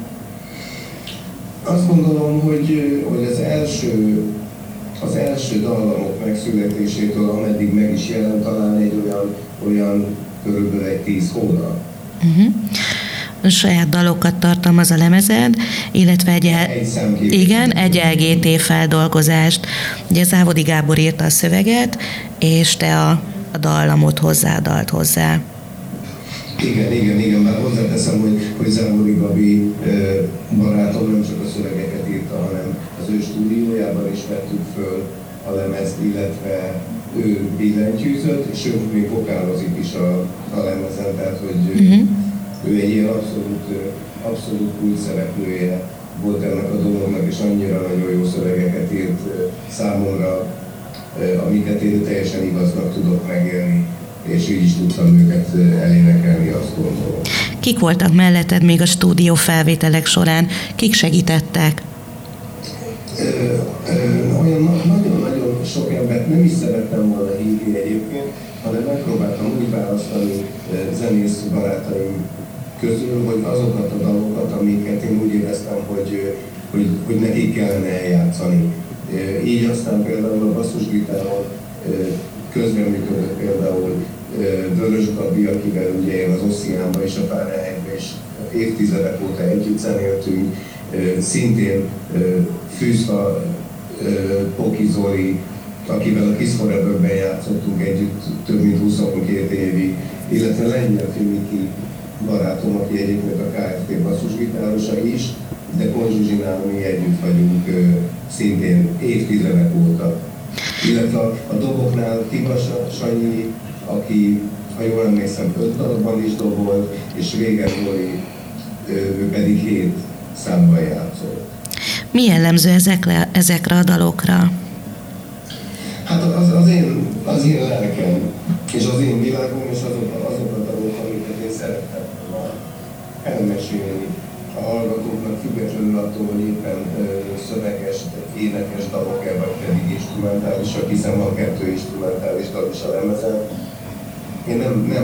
Azt gondolom, hogy, hogy az első az első dallamok megszületésétől, ameddig meg is jelent, talán egy olyan, olyan körülbelül egy tíz hónap. Uh-huh. Saját dalokat tartalmaz a lemezed, illetve egy, el... egy igen, egy el gé té feldolgozást. Ugye Závodi Gábor írta a szöveget, és te a, a dallamot hozzádalt hozzá. Igen, igen, igen, már hozzáteszem, hogy, hogy Závodi Gabi barátom nem csak a szövegeket írta, hanem az ő stúdiójában is vettük föl a lemezt, illetve ő billentyűzött, és ő még vokálozik is a, a lemezen, tehát hogy uh-huh. ő egy ilyen abszolút, abszolút kult szereplője volt ennek a dolognak, és annyira nagyon jó szövegeket írt számomra, amiket én teljesen igaznak tudok megélni, és így is tudtam őket elénekelni, azt gondolom. Kik voltak melletted még a stúdió felvételek során? Kik segítettek? Olyan nagyon-nagyon sok embert nem is szerettem volna hívni egyébként, hanem megpróbáltam úgy választani zenész barátaim közül, hogy azokat a dalokat, amiket én úgy éreztem, hogy, hogy, hogy nekik kellene eljátszani. Így aztán például a basszusgitáron közreműködött például Vörös Gabi, akivel ugye én az Ossziánban és a Fárenheitben is évtizedek óta együtt zenéltünk, szintén Fűszfa Poki Zoli, akivel a Kiss Foreverben játszottunk együtt több mint huszonkettő évig, illetve Lengyel Miki barátom, aki egyébként a ká ef té basszusgitárosa is, de Konzsuzsinál mi együtt vagyunk szintén évtizedek óta. Illetve a, a doboknál Tiba Sanyi, aki, ha jól emlékszem, öt dalban is dobolt, és Régen Zoli, ő pedig hét számban játszott. Mi jellemző ezekre, ezekre a dalokra? Hát az, az, én, az én lelkem, és az én világom, és azok, azok a dalok, amiket én szerettem volna elmesélni a hallgatóknak, függetlenül attól, hogy éppen ö, szöveges, énekes dalok-e, vagy pedig instrumentálisak, hiszen van kettő instrumentális dal is a lemezen. Én nem, nem,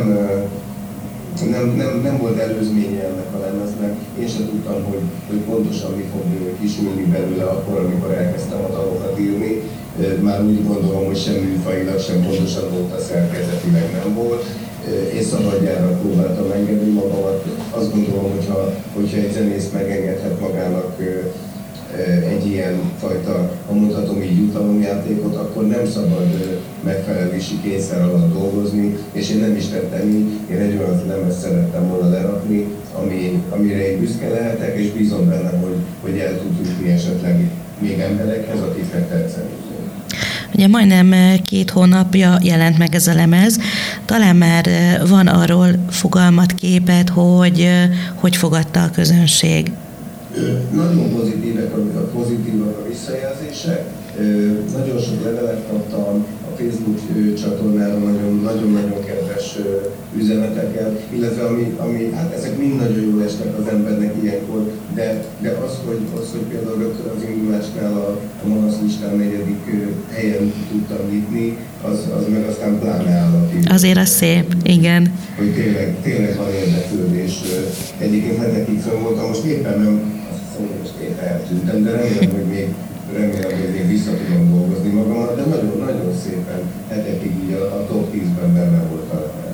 nem, nem, nem volt előzménye ennek a lemeznek. Én sem tudtam, hogy, hogy pontosan mi fog kisülni belőle akkor, amikor elkezdtem a dalokat írni. Már úgy gondolom, hogy sem műfajilag, sem pontosan volt a szerkezetileg nem volt. Én szabadjára próbáltam engedni magamat. Azt gondolom, hogyha, hogyha egy zenész megengedhet magának egy ilyen fajta, ha mondhatom így, jutalomjátékot, akkor nem szabad megfelelési kényszer alatt dolgozni, és én nem is tettem így. Én egy olyan lemezt szerettem volna lerakni, ami, amire én büszke lehetek, és bízom benne, hogy, hogy el tud jutni esetleg még emberekhez, akiknek tetszeni. Ugye majdnem két hónapja jelent meg ez a lemez. Talán már van arról fogalmat, képet, hogy hogy fogadta a közönség. Nagyon pozitívek a, pozitívak a visszajelzések. Nagyon sok levelet kaptam a Facebook csatornára, nagyon-nagyon kedves üzeneteket, illetve ami, ami, hát ezek mind nagyon jól esnek az embernek ilyenkor, de, de az, hogy, az, hogy például rögtön az indulásnál a, a Manasz listán negyedik helyen tudtam nyitni, az, az meg aztán pláne állati. Azért az szép, igen. Hogy tényleg, tényleg van érdeklődés. Egyébként hetekig fönn voltam, most éppen nem, azt hiszem, hogy most éppen eltűntem, de remélem, hogy még remélem, hogy még vissza tudom dolgozni magamat, de nagyon-nagyon szépen hetekig így a, a top tízben benne volt a lemez.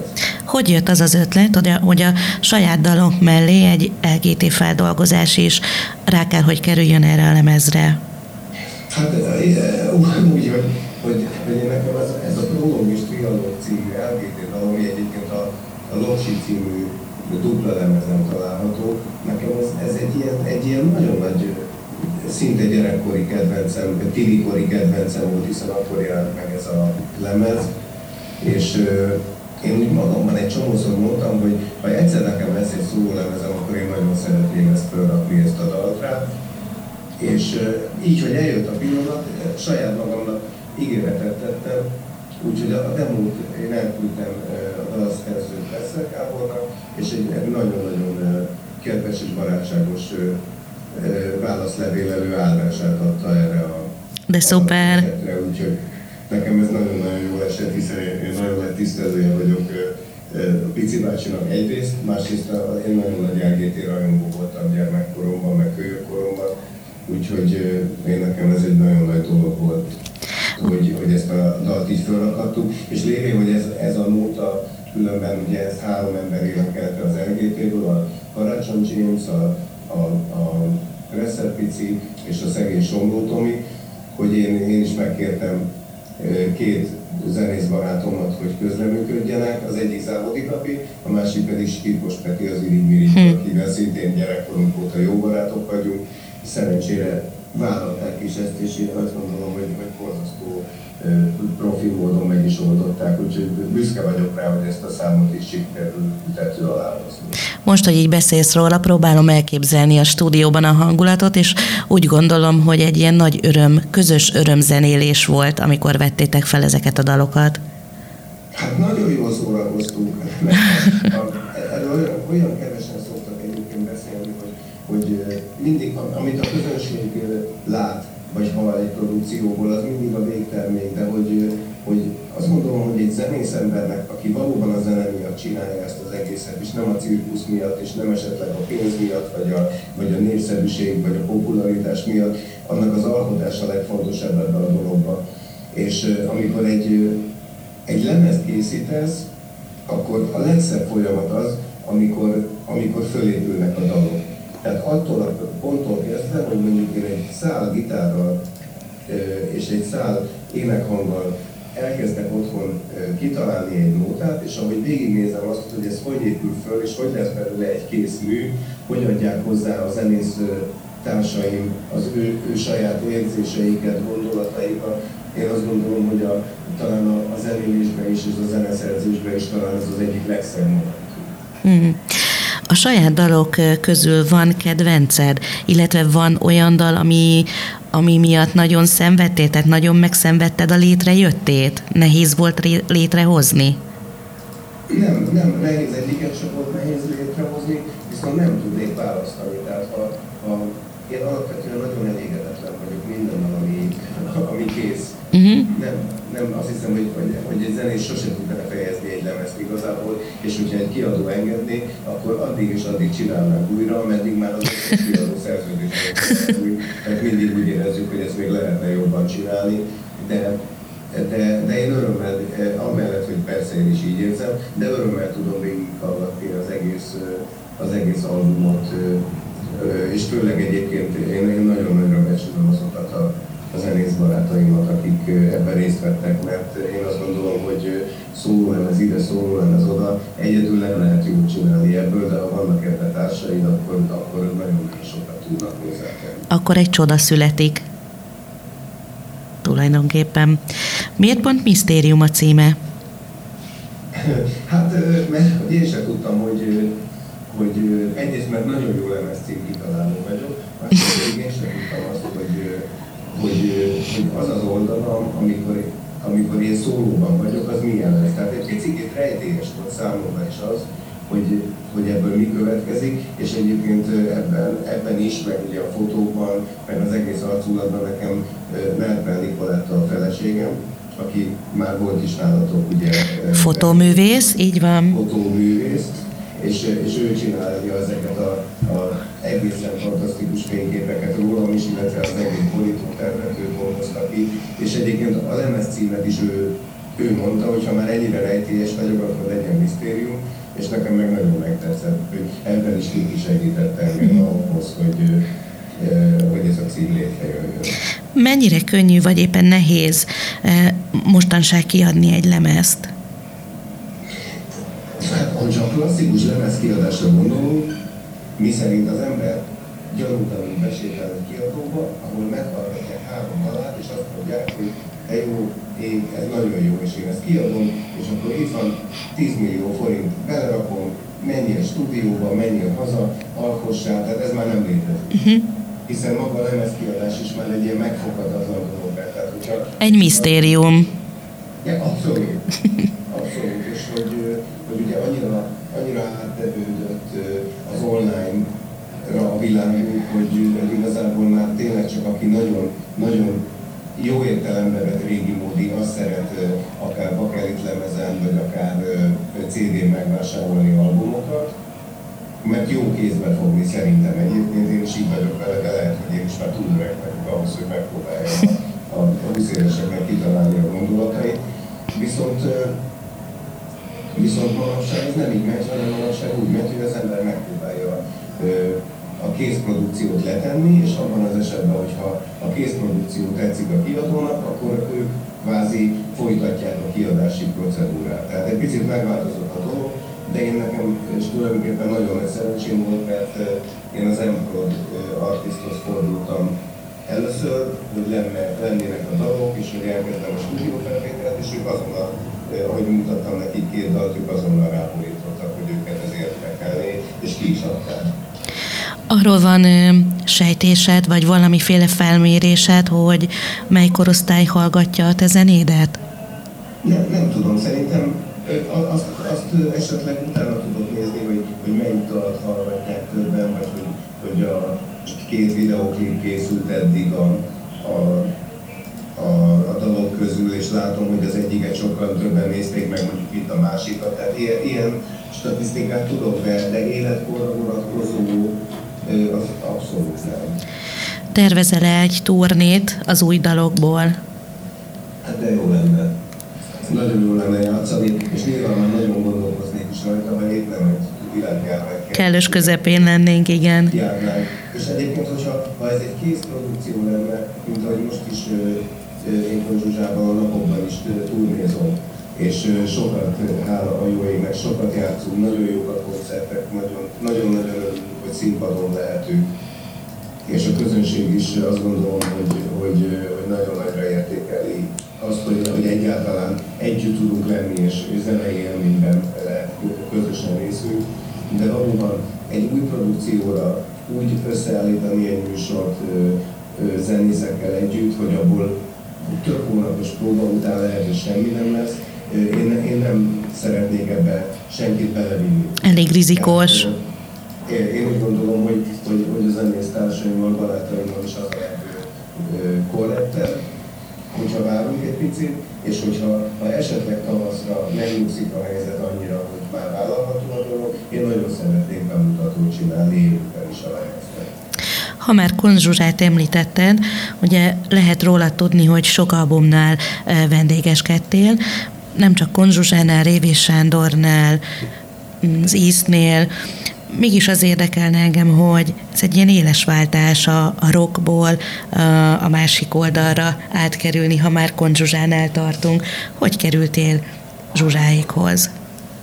Hogy jött az az ötlet, hogy a, hogy a saját dalok mellé egy el gé té feldolgozás is rá kell, hogy kerüljön erre a lemezre? Hát úgy, hogy, hogy, hogy én nekem ez, ez a Prolog és Trialog című el gé té dal, ami egyébként a, a Locsi című dupla lemezen található, nekem ez, ez egy, ilyen, egy ilyen nagyon nagy, szinte gyerekkori kedvencem, tilikori kedvencem volt, hiszen akkor jelent meg ez a lemez, és euh, én úgy magamban egy csomószor mondtam, hogy ha egyszer nekem lesz egy szóló lemezem, akkor én nagyon szeretném ezt felrakni, ezt a dalt rá. És euh, így, hogy eljött a pillanat, saját magamnak ígéretet tettem, úgyhogy a demót én elküldtem a dalszerzőt Lesszer Gábornak, és egy, egy nagyon-nagyon kedves és barátságos válaszlevélelő áldását adta erre a... De szuper! Úgyhogy nekem ez nagyon-nagyon jól esett, hiszen én nagyon nagy tisztelője vagyok a Pici bácsinak egyrészt, másrészt én nagyon nagy el gé té rajongó voltam gyermekkoromban, meg kölyökkoromban, úgyhogy én nekem ez egy nagyon nagy dolog volt, hogy, hogy ezt a dalt így felrakadtuk, és lévén, hogy ez, ez a nóta, különben ugye ezt három ember énekelte az el gé té-ből, a Karácsony James, a, a, a Reszer Pici és a szegény Somló Tomi, hogy én, én is megkértem két zenész barátomat, hogy közreműködjenek, az egyik Závodi Papi, a másik pedig Skirkos Peti, az Irigy Mirigy, hmm. akivel szintén gyerekkorunk óta jó barátok vagyunk. Szerencsére vállalták is ezt, és én azt gondolom, hogy, hogy borzasztó profi módon meg is oldották, úgyhogy büszke vagyok rá, hogy ezt a számot is sikerül tető alá hozni. Most, hogy így beszélsz róla, próbálom elképzelni a stúdióban a hangulatot, és úgy gondolom, hogy egy ilyen nagy öröm, közös örömzenélés volt, amikor vettétek fel ezeket a dalokat. Hát nagyon jól szórakoztunk. Erről olyan, olyan kevesen szoktak egyébként beszélni, hogy, hogy mindig, amit a közönség lát, vagy hall egy produkcióból, az mindig a végtermék, de hogy, hogy azt gondolom, hogy egy zenész embernek, aki valóban a zene miatt csinálja ezt az egészet, és nem a cirkusz miatt, és nem esetleg a pénz miatt, vagy a, vagy a népszerűség, vagy a popularitás miatt, annak az alkotás a legfontosabb ebben a dologban. És amikor egy, egy lemezt készítesz, akkor a legszebb folyamat az, amikor, amikor fölépülnek a dalok. Tehát attól a ponttól kezdve, hogy mondjuk én egy szál gitárral és egy szál énekhanggal elkezdek otthon kitalálni egy nótát, és ahogy végignézem azt, hogy ez hogy épül föl, és hogy lesz belőle egy kész mű, hogy adják hozzá a zenész társaim az ő, ő saját érzéseiket, gondolataikat. Én azt gondolom, hogy a, talán a, a zenélésben is, és a zeneszerzésben is talán ez az egyik legszebb momentum. Hmm. A saját dalok közül van kedvenced, illetve van olyan dal, ami, ami miatt nagyon szenvedtél, tehát nagyon megszenvedted a létrejöttét? Nehéz volt ré- létrehozni? Nem, nem, nehéz, egyiket sem volt nehéz létrehozni, viszont nem tudnék választani. Tehát ha, ha én alapvetően nagyon elégedetlen vagyok mindennel, ami, ami kész. Uh-huh. Nem, nem, azt hiszem, hogy, hogy, hogy egy zenész sosem tud befejezni egy lemezt igazából, és hogyha egy kiadó engedné, akkor addig és addig csinálnánk újra, ameddig már az összes kiadó szerződésre új. Tehát mindig úgy érezzük, hogy ezt még lehetne jobban csinálni, de, de, de én örömmel, amellett, hogy persze én is így érzem, de örömmel tudom végighallgatni az egész, az egész albumot, és főleg egyébként én, én nagyon nagyra becsülöm azokat a a zenész barátaimat, akik ebben részt vettek, mert én azt gondolom, hogy szólólemez ide, szólólemez oda, egyedül nem lehet jót csinálni ebből, de ha vannak ebben társaid, akkor, akkor nagyon sokat tudnak hozzátenni. Akkor egy csoda születik. Tulajdonképpen. Miért pont Misztérium a címe? Hát, mert én sem tudtam, hogy, hogy egyrészt, mert nagyon jó lemez cím kitaláló vagyok, másrészt én sem tudtam azt, hogy Hogy, hogy az az oldalam, amikor, amikor én szólóban vagyok, az milyen lesz. Tehát egy picit rejtélyes volt számomra is az, hogy, hogy ebből mi következik, és egyébként ebben, ebben is, meg ugye a fotókban, meg az egész arculatban nekem Merpel Nikoletta a feleségem, aki már volt is nálatok, ugye... Fotóművész, így van. Fotóművész, és, és ő csinálja ezeket a, a egészen fantasztikus fényképeket rólam is, illetve az egész monitortervet ő dolgozta ki, és egyébként a lemez címet is ő, ő mondta, hogy ha már ennyire rejtélyes vagyok, akkor legyen misztérium, és nekem meg nagyon megtetszett, hogy ebben is Kiki segített engem ahhoz, hogy, hogy ez a cím létrejöjjön. Mennyire könnyű vagy éppen nehéz mostanság kiadni egy lemezt? Hát, ha a klasszikus lemez kiadásra gondolunk, mi szerint az ember gyanútlanul besétál egy kiadóba, ahol meghallgatják három dalát, és azt mondják, hogy de jó, én, ez nagyon jó, és én ezt kiadom, és akkor itt van tíz millió forint, belerakom, menjél stúdióba, menjél haza, alkossál, tehát ez már nem létezik. Uh-huh. Hiszen maga a lemezkiadás is már egy ilyen megfoghatatlan dolog. Tehát, hogyha egy misztérium. Ja, abszolút. Abszolút, és hogy, hogy ugye annyira, annyira áttevődött az online-ra a világunk, hogy igazából már tényleg csak aki nagyon, nagyon jó értelemben vett régi módi, azt szeret akár bakelit lemezen, vagy akár cé dén megvásárolni albumokat, mert jó kézbe fogni szerintem egyébként, én is így vagyok vele, de lehet, hogy én is már túl öreg vagyok ahhoz, hogy megpróbáljam a, a húsz éveseknek kitalálni a gondolatait. Viszont, viszont manapság ez nem így megy, hanem manapság úgy megy, hogy az ember megpróbálja a készprodukciót letenni, és abban az esetben, hogyha a készprodukció tetszik a kiadónak, akkor ők kvázi folytatják a kiadási procedúrát. Tehát egy picit megváltozott a dolog, de én nekem és tulajdonképpen nagyon nagy szerencsém volt, mert én az M-Prod artisthoz fordultam először, hogy lenne, lennének a dalok, és hogy elkezdem a stúdiófelvételt, és ők azonnal, ahogy mutattam nekik két dalt, ők azonnal ráborítottak, hogy őket ez érdekelné, és ki is adták. Arról van ö, sejtésed, vagy valamiféle felmérésed, hogy mely korosztály hallgatja a te zenédet? Nem, nem tudom, szerintem azt, azt esetleg utána tudok nézni, hogy, hogy melyik dalat hallgatják többen, vagy hogy, hogy a két videóklip készült eddig a, a, a, a dalok közül, és látom, hogy az egyiket sokkal többen nézték meg, mondjuk itt a másikat. Tehát ilyen, ilyen statisztikát tudok, de, de életkorra vonatkozó az abszolút nem. Tervezel-e egy turnét az új dalokból? Hát de jó lenne. Nagyon jó lenne játszani, és nyilván már nagyon gondolkoznék is rajta, ha épp nem egy világjárvány. Kellős közepén lennénk, igen. Járnánk. És egyébként, hogyha ha ez egy kész produkció lenne, mint ahogy most is én Zsuzsában a napokban is turnézom, és sokat, hála a jó égnek, sokat játszunk, nagyon jók a koncertek, nagyon-nagyon örülünk, hogy színpadon lehetünk. És a közönség is azt gondolom, hogy, hogy, hogy nagyon nagyra értékeli azt, hogy, hogy egyáltalán együtt tudunk lenni, és zenei élményben lehet közösen részünk. De valóban egy új produkcióra úgy összeállítani egy műsort zenészekkel együtt, hogy abból több hónapos próba után lehet, és semmi nem lesz. Én, én nem szeretnék ebbe senkit belevinni. Elég rizikós. Hát, én, én úgy gondolom, hogy, hogy, hogy a zenésztársaimmal, barátaimmal is az a lehető korrektebb, hogyha várunk egy picit, és hogyha ha esetleg tavaszra megnyugszik a helyzet annyira, hogy már vállalható a dolog, én nagyon szeretnék bemutatót csinálni élőben is a lehetőt. Ha már Kunz Zsuzsát említetted, ugye lehet róla tudni, hogy sok albumnál vendégeskedtél, nem csak Kunz Zsuzsánál, Révés Sándornál, az Eastnél. Mégis az érdekelne engem, hogy ez egy ilyen éles váltás a, a rockból a másik oldalra átkerülni, ha már Kunz Zsuzsánál tartunk. Hogy kerültél Zsuzsáékhoz?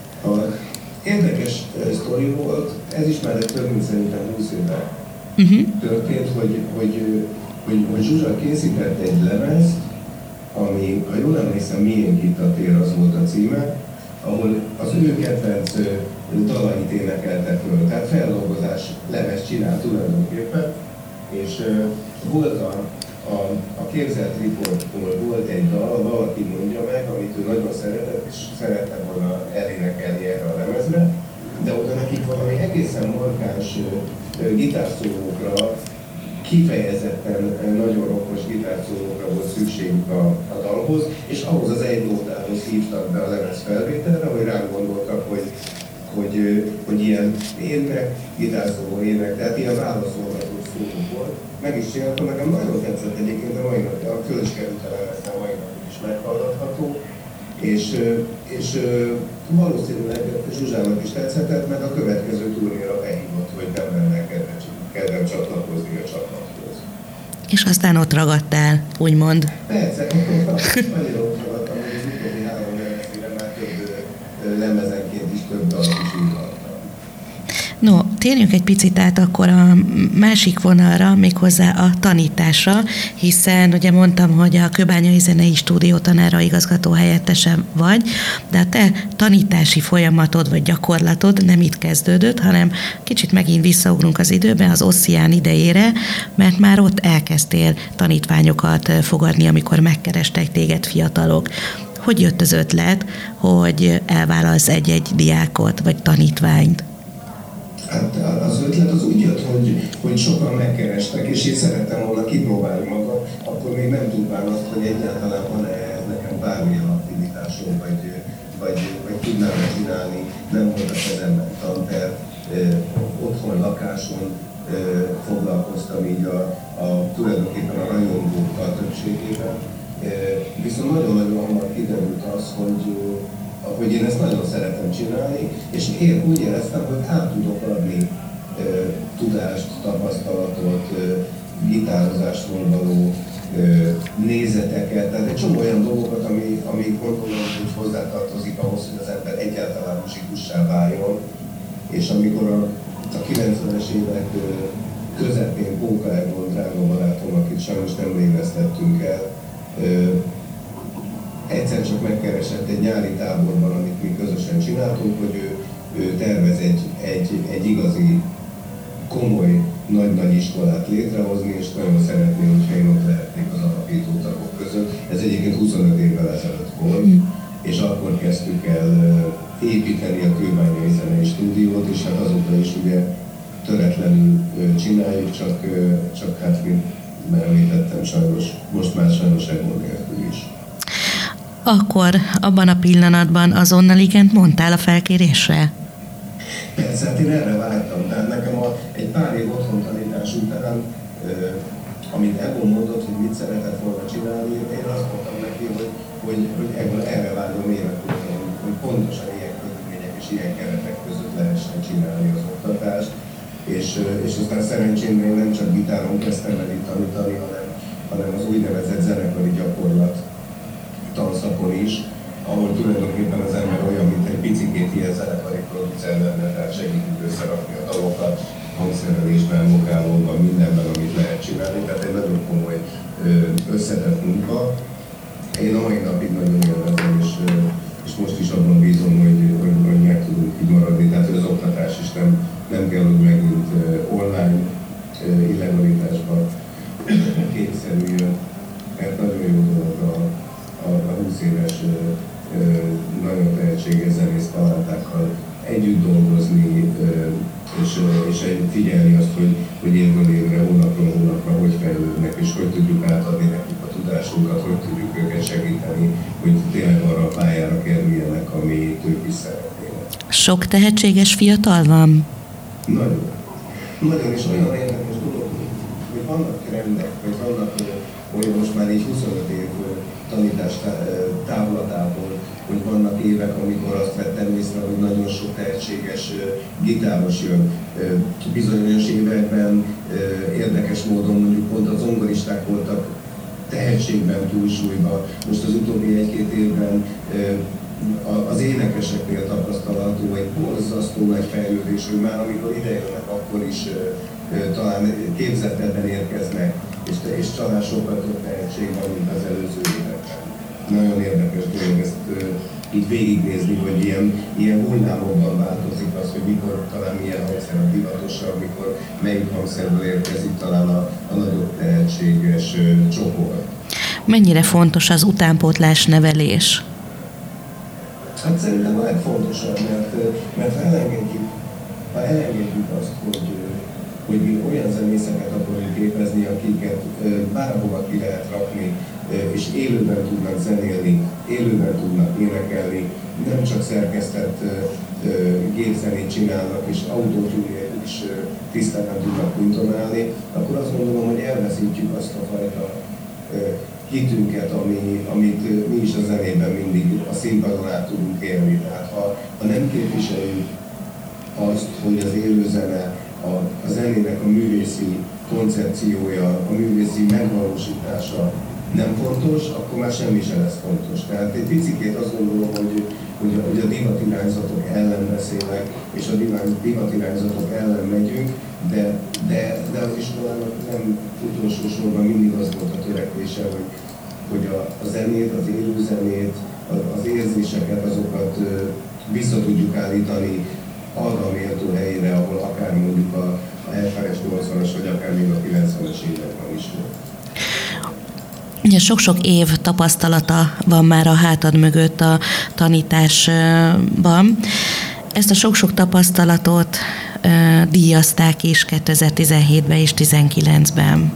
Érdekes sztori volt, ez is már több mint szerintem húsz éve uh-huh. történt, hogy, hogy, hogy, hogy Zsuzsa készített egy lemezt, ami, ha jól emlékszem, Miénk itt a tér, az volt a címe, ahol az ő kedvenc dalait énekelte föl, tehát feldolgozás lemez csinált tulajdonképpen, és uh, volt a, a, a képzelt riportból volt egy dal, valaki mondja meg, amit ő nagyon szeretett, és szerette volna elénekelni erre a lemezre, de oda nekik valami egészen markáns uh, gitárszólókra, kifejezetten nagyon rokkos gitárszólókra volt szükségük a, a dalhoz, és ahhoz az egy nótához hívtak be a lemez felvételre, hogy rám gondoltak, hogy, hogy, hogy ilyen ének, gitárszóló ének, tehát ilyen válaszolgató szóló volt. Meg is csináltam, nekem nagyon tetszett egyébként, de mai nap, a Kölcs került a lemezre mai napig is meghallgatható, És, és valószínűleg Zsuzsának is tetszett, meg a következő turnéra behívott, hogy nem lenne kedvem csatlakozni a csapathoz. És aztán ott ragadtál, úgymond. Persze, annyira ott ragadtam, hogy az utóbbi három lemezére már több lemezenként is több dalt is írhattam. No, térjünk egy picit át akkor a másik vonalra, méghozzá a tanításra, hiszen ugye mondtam, hogy a Kőbányai Zenei Stúdió tanára igazgató helyettese vagy, de a te tanítási folyamatod vagy gyakorlatod nem itt kezdődött, hanem kicsit megint visszaugrunk az időbe, az Ossian idejére, mert már ott elkezdtél tanítványokat fogadni, amikor megkerestek téged fiatalok. Hogy jött az ötlet, hogy elvállalsz egy-egy diákot vagy tanítványt? Hát az ötlet az úgy jött, hogy, hogy sokan megkerestek, és én szerettem volna kipróbálni magam, akkor még nem tudván azt, hogy egyáltalán van-e ez nekem bármilyen aktivitásom, vagy, vagy, vagy tudnám csinálni, nem volt a kezemben tanterv, otthon, lakáson foglalkoztam így a, a, tulajdonképpen a rajongókkal többségében. Viszont nagyon-nagyon hamar kiderült az, hogy hogy én ezt nagyon szeretem csinálni, és én úgy éreztem, hogy át tudok adni e, tudást, tapasztalatot, e, gitározásról való e, nézeteket, tehát egy csomó olyan dolgokat, ami, ami gondolom, hogy hozzátartozik ahhoz, hogy az ember egyáltalán muzsikussá váljon, és amikor a, a kilencvenes évek e, közepén Póka Egon, drága barátom, akit sajnos nem végeztettünk el, e, egyszer csak megkeresett egy nyári táborban, amit mi közösen csináltunk, hogy ő, ő tervez egy, egy, egy igazi, komoly, nagy-nagy iskolát létrehozni, és nagyon szeretné, hogyha én ott lehetnék az alapító tagok között. Ez egyébként huszonöt évvel ezelőtt volt, mm. és akkor kezdtük el építeni a Kőbányai Zenei Stúdiót, és hát azóta is ugye töretlenül csináljuk, csak, csak hát, mint említettem, sajnos, most már sajnos Egon nélkül is. Akkor abban a pillanatban azonnal igent mondtál a felkérésre? Persze, hát én erre vártam. Tehát nekem a, egy pár év otthon tanítás után, euh, amit Egon mondott, hogy mit szeretett volna csinálni, én azt mondtam neki, hogy, hogy, hogy Egon erre vágyom évek óta, hogy, hogy pontosan ilyen körülmények és ilyen keretek között lehessen csinálni az oktatást. És, és aztán szerencsére én nem csak gitáron kezdtem el itt tanítani, hanem, hanem az úgynevezett zenekari gyakorlat tanszakon is, ahol tulajdonképpen az ember olyan, mint egy picikét ilyen zenekari producer lenne, tehát segítünk összerakni a dalokat, hangszerelésben, vokálokban, mindenben, amit lehet csinálni, tehát egy nagyon komoly összetett munka. Én a mai napig nagyon élvezem, és, és most is abban bízom, hogy, hogy, hogy meg tudunk így maradni, tehát hogy az oktatás is nem, nem kell, hogy megint online illegalitásba kényszerüljön, mert nagyon jó dolog a a húsz éves nagyon tehetséges zenész talentákkal együtt dolgozni, és, és figyelni azt, hogy, hogy évről évre, hónapról hónapra hogy fejlődnek, és hogy tudjuk átadni nekik a tudásunkat, hogy tudjuk őket segíteni, hogy tényleg arra a pályára kerüljenek, amit ők is szeretnének. Sok tehetséges fiatal van? Nagyon. Nagyon, és olyan érdekes dolog, hogy vannak rendek, vagy vannak olyan most már így huszonöt év tanítás távlatából, hogy vannak évek, amikor azt vettem észre, hogy nagyon sok tehetséges gitáros jön. Bizonyos években érdekes módon mondjuk pont az zongoristák voltak tehetségben túlsúlyban. Most az utóbbi egy-két évben az énekeseknél tapasztalható egy borzasztó nagy fejlődés, hogy már amikor idejönnek, akkor is talán képzettebben érkeznek, és, és talán sokkal több tehetség van, mint az előző években. Nagyon érdekes dolog ezt így végignézni, hogy ilyen, ilyen hullámokban változik az, hogy mikor talán milyen hangszer a divatosabb, mikor melyik hangszerből érkezik talán a, a nagyobb tehetséges csoport. Mennyire fontos az utánpótlás nevelés? Hát szerintem a legfontosabb, mert, mert ha elengedjük, ha elengedjük azt, hogy, hogy mi olyan zenészeket akarunk képezni, akiket bárhova ki lehet rakni, és élőben tudnak zenélni, élőben tudnak énekelni, nem csak szerkesztett gépzenét csinálnak, és autótűnét is tisztában tudnak intonálni, akkor azt gondolom, hogy elveszítjük azt a fajta hitünket, ami, amit mi is a zenében mindig a színpadon át tudunk élni. Tehát ha, ha nem képviseljük azt, hogy az élőzene, a, a zenének a művészi koncepciója, a művészi megvalósítása nem fontos, akkor már semmi sem lesz fontos. Tehát egy picikét azt gondolom, hogy, hogy, a, hogy a divatirányzatok ellen beszélek, és a divatirányzatok ellen megyünk, de, de, de az iskolának nem utolsó sorban mindig az volt a törekvése, hogy, hogy a, a zenét, az élőzenét, az érzéseket, azokat vissza tudjuk állítani arra a méltó helyére, ahol akár mondjuk a, a hetvenes, nyolcvanas, vagy akár még a kilencvenes években is volt. Ugye sok-sok év tapasztalata van már a hátad mögött a tanításban. Ezt a sok-sok tapasztalatot uh, díjazták is kétezer-tizenhétben és tizenkilencben.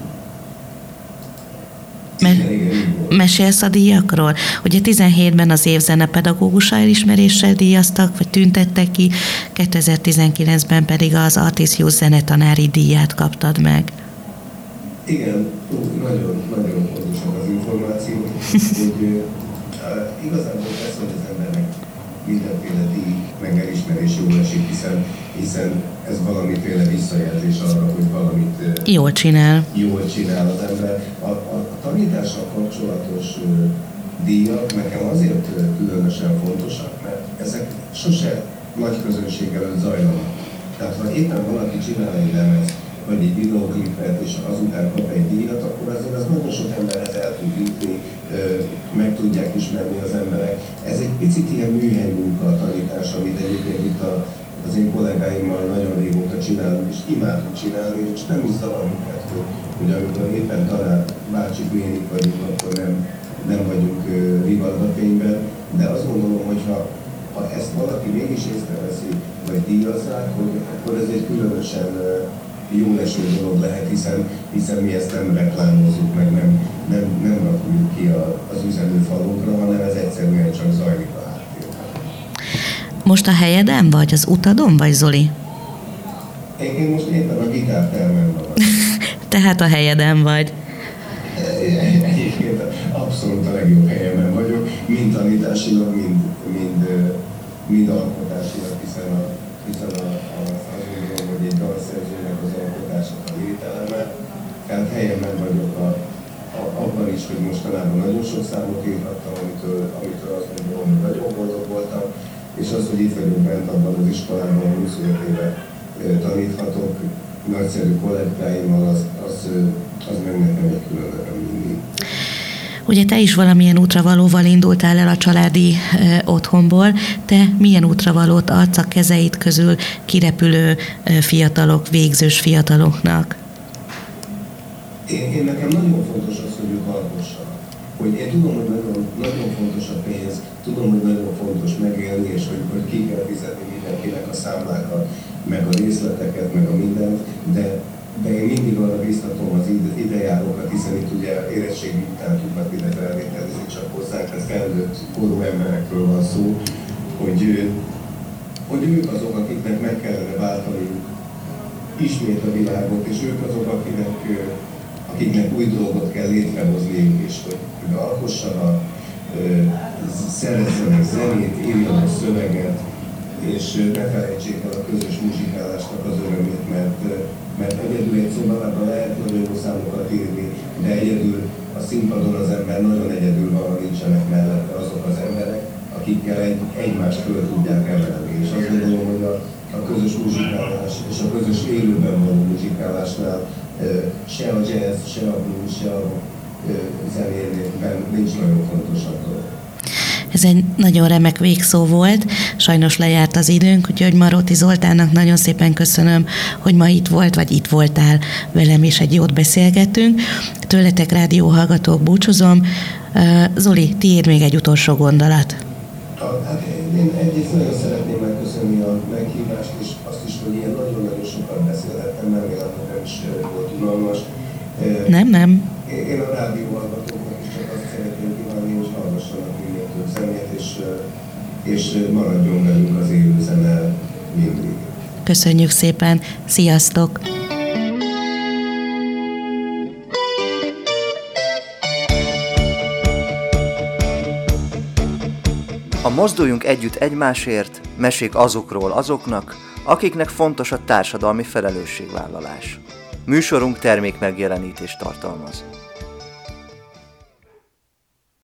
Me- mesélsz a díjakról? Ugye tizenhétben az év zenepedagógusa elismeréssel díjaztak, vagy tüntettek ki, kétezer-tizenkilencben pedig az Artisius zenetanári díját kaptad meg. Igen, nagyon, nagyon fontosak az információk, hogy uh, igazából ez, hogy az embernek mindenféle díj, meg elismerés jól esik, hiszen, hiszen ez valamiféle visszajelzés arra, hogy valamit uh, jól csinál. Jól csinál az ember. A, a, a tanítással kapcsolatos uh, díjak nekem azért uh, különösen fontosak, mert ezek sose nagy közönség előtt zajlanak. Tehát ha éppen valaki csinál egy lemez, vagy egy videóklipet, és azután kap egy díjat, akkor azért az nagyon sok emberhez el tud jutni, meg tudják ismerni az emberek. Ez egy picit ilyen műhely munka a tanítás, amit egyébként itt a, az én kollégáimmal nagyon régóta csinálunk, és imádunk csinálni, és nem is zavar minket, hogy, hogy amikor éppen talán bácsik, nénik vagyunk, akkor nem, nem vagyunk rivaldafényben, de azt gondolom, hogy ha, ha ezt valaki mégis észreveszi, vagy díjazzák, hogy akkor ez egy különösen jó eső dolog lehet, hiszen, hiszen mi ezt nem reklámozzuk, meg nem, nem, nem rakjuk ki a, az üzenőfalókra, hanem ez egyszerűen csak zajlik a háttérben. Most a helyeden vagy, az utadon vagy, Zoli? Én, én most éppen a gitártermemben vagyok. Tehát a helyeden vagy. Egyébként abszolút a legjobb helyemen vagyok, mind tanításilag, mind, mind, mind alkotásilag, hiszen, a, hiszen a, a, az gondolom, hogy egy dalszerzőnek az alkotása a vételeme. Tehát helyemen vagyok a, a, abban is, hogy mostanában nagyon sok számot írhattam, amitől, amitől azt mondom, hogy nagyon boldog voltam, és az, hogy itt vagyok bent abban az iskolában, huszonöt éve taníthatok, nagyszerű kollégáimmal, az, az, az meg nekem egy külön öröm mindig. Ugye te is valamilyen útravalóval indultál el a családi e, otthonból. Te milyen útravalót adsz a kezeid közül kirepülő e, fiatalok, végzős fiataloknak? Én, én nekem nagyon fontos az, hogy ők alkossanak. Hogy én tudom, hogy nagyon, nagyon fontos a pénz, tudom, hogy nagyon fontos megélni, és hogy, hogy ki kell fizetni mindenkinek a számlákat, meg a részleteket, meg a mindent, de de én mindig arra biztatom az idejárókat, hiszen itt ugye érettségi után tudnak ide felvételizni csak hozzánk, ez felnőtt korú emberekről van szó, hogy, hogy ők azok, akiknek meg kellene váltaniuk ismét a világot, és ők azok, akiknek, akiknek új dolgot kell létrehozniuk, és hogy, hogy alkossanak, szerezzenek zenét, írjanak szöveget, és ne felejtsék el a közös muzsikálásnak az örömét, mert, mert egyedül egy szobában lehet nagyon jó számokat írni, de egyedül a színpadon az ember nagyon egyedül van, ha nincsenek mellette azok az emberek, akikkel egy, egymást föl tudják emelni. És azt gondolom, hogy a, a közös muzsikálás és a közös élőben való muzsikálásnál se a jazz, se a blues, se a zenében nincs nagyon fontosabb dolog. Ez egy nagyon remek végszó volt, sajnos lejárt az időnk, úgyhogy Maróti Zoltánnak nagyon szépen köszönöm, hogy ma itt volt, vagy itt voltál velem, és egy jót beszélgettünk. Tőletek rádióhallgatók búcsúzom. Zoli, tiéd még egy utolsó gondolat. Hát én egyrészt nagyon szeretném megköszönni a meghívást, és azt is, hogy ilyen nagyon-nagyon sokat beszélhettem, remélem, hogy nem is volt unalmas. Nem, nem. Én a rádióhallgatóknak is csak azt szeretném kívánni, hogy hallgassanak minél több zenét, és, és maradjon velünk az élő zene mindig. Köszönjük szépen, sziasztok! A Mozduljunk együtt egymásért, mesék azokról azoknak, akiknek fontos a társadalmi felelősségvállalás. Műsorunk termékmegjelenítést tartalmaz.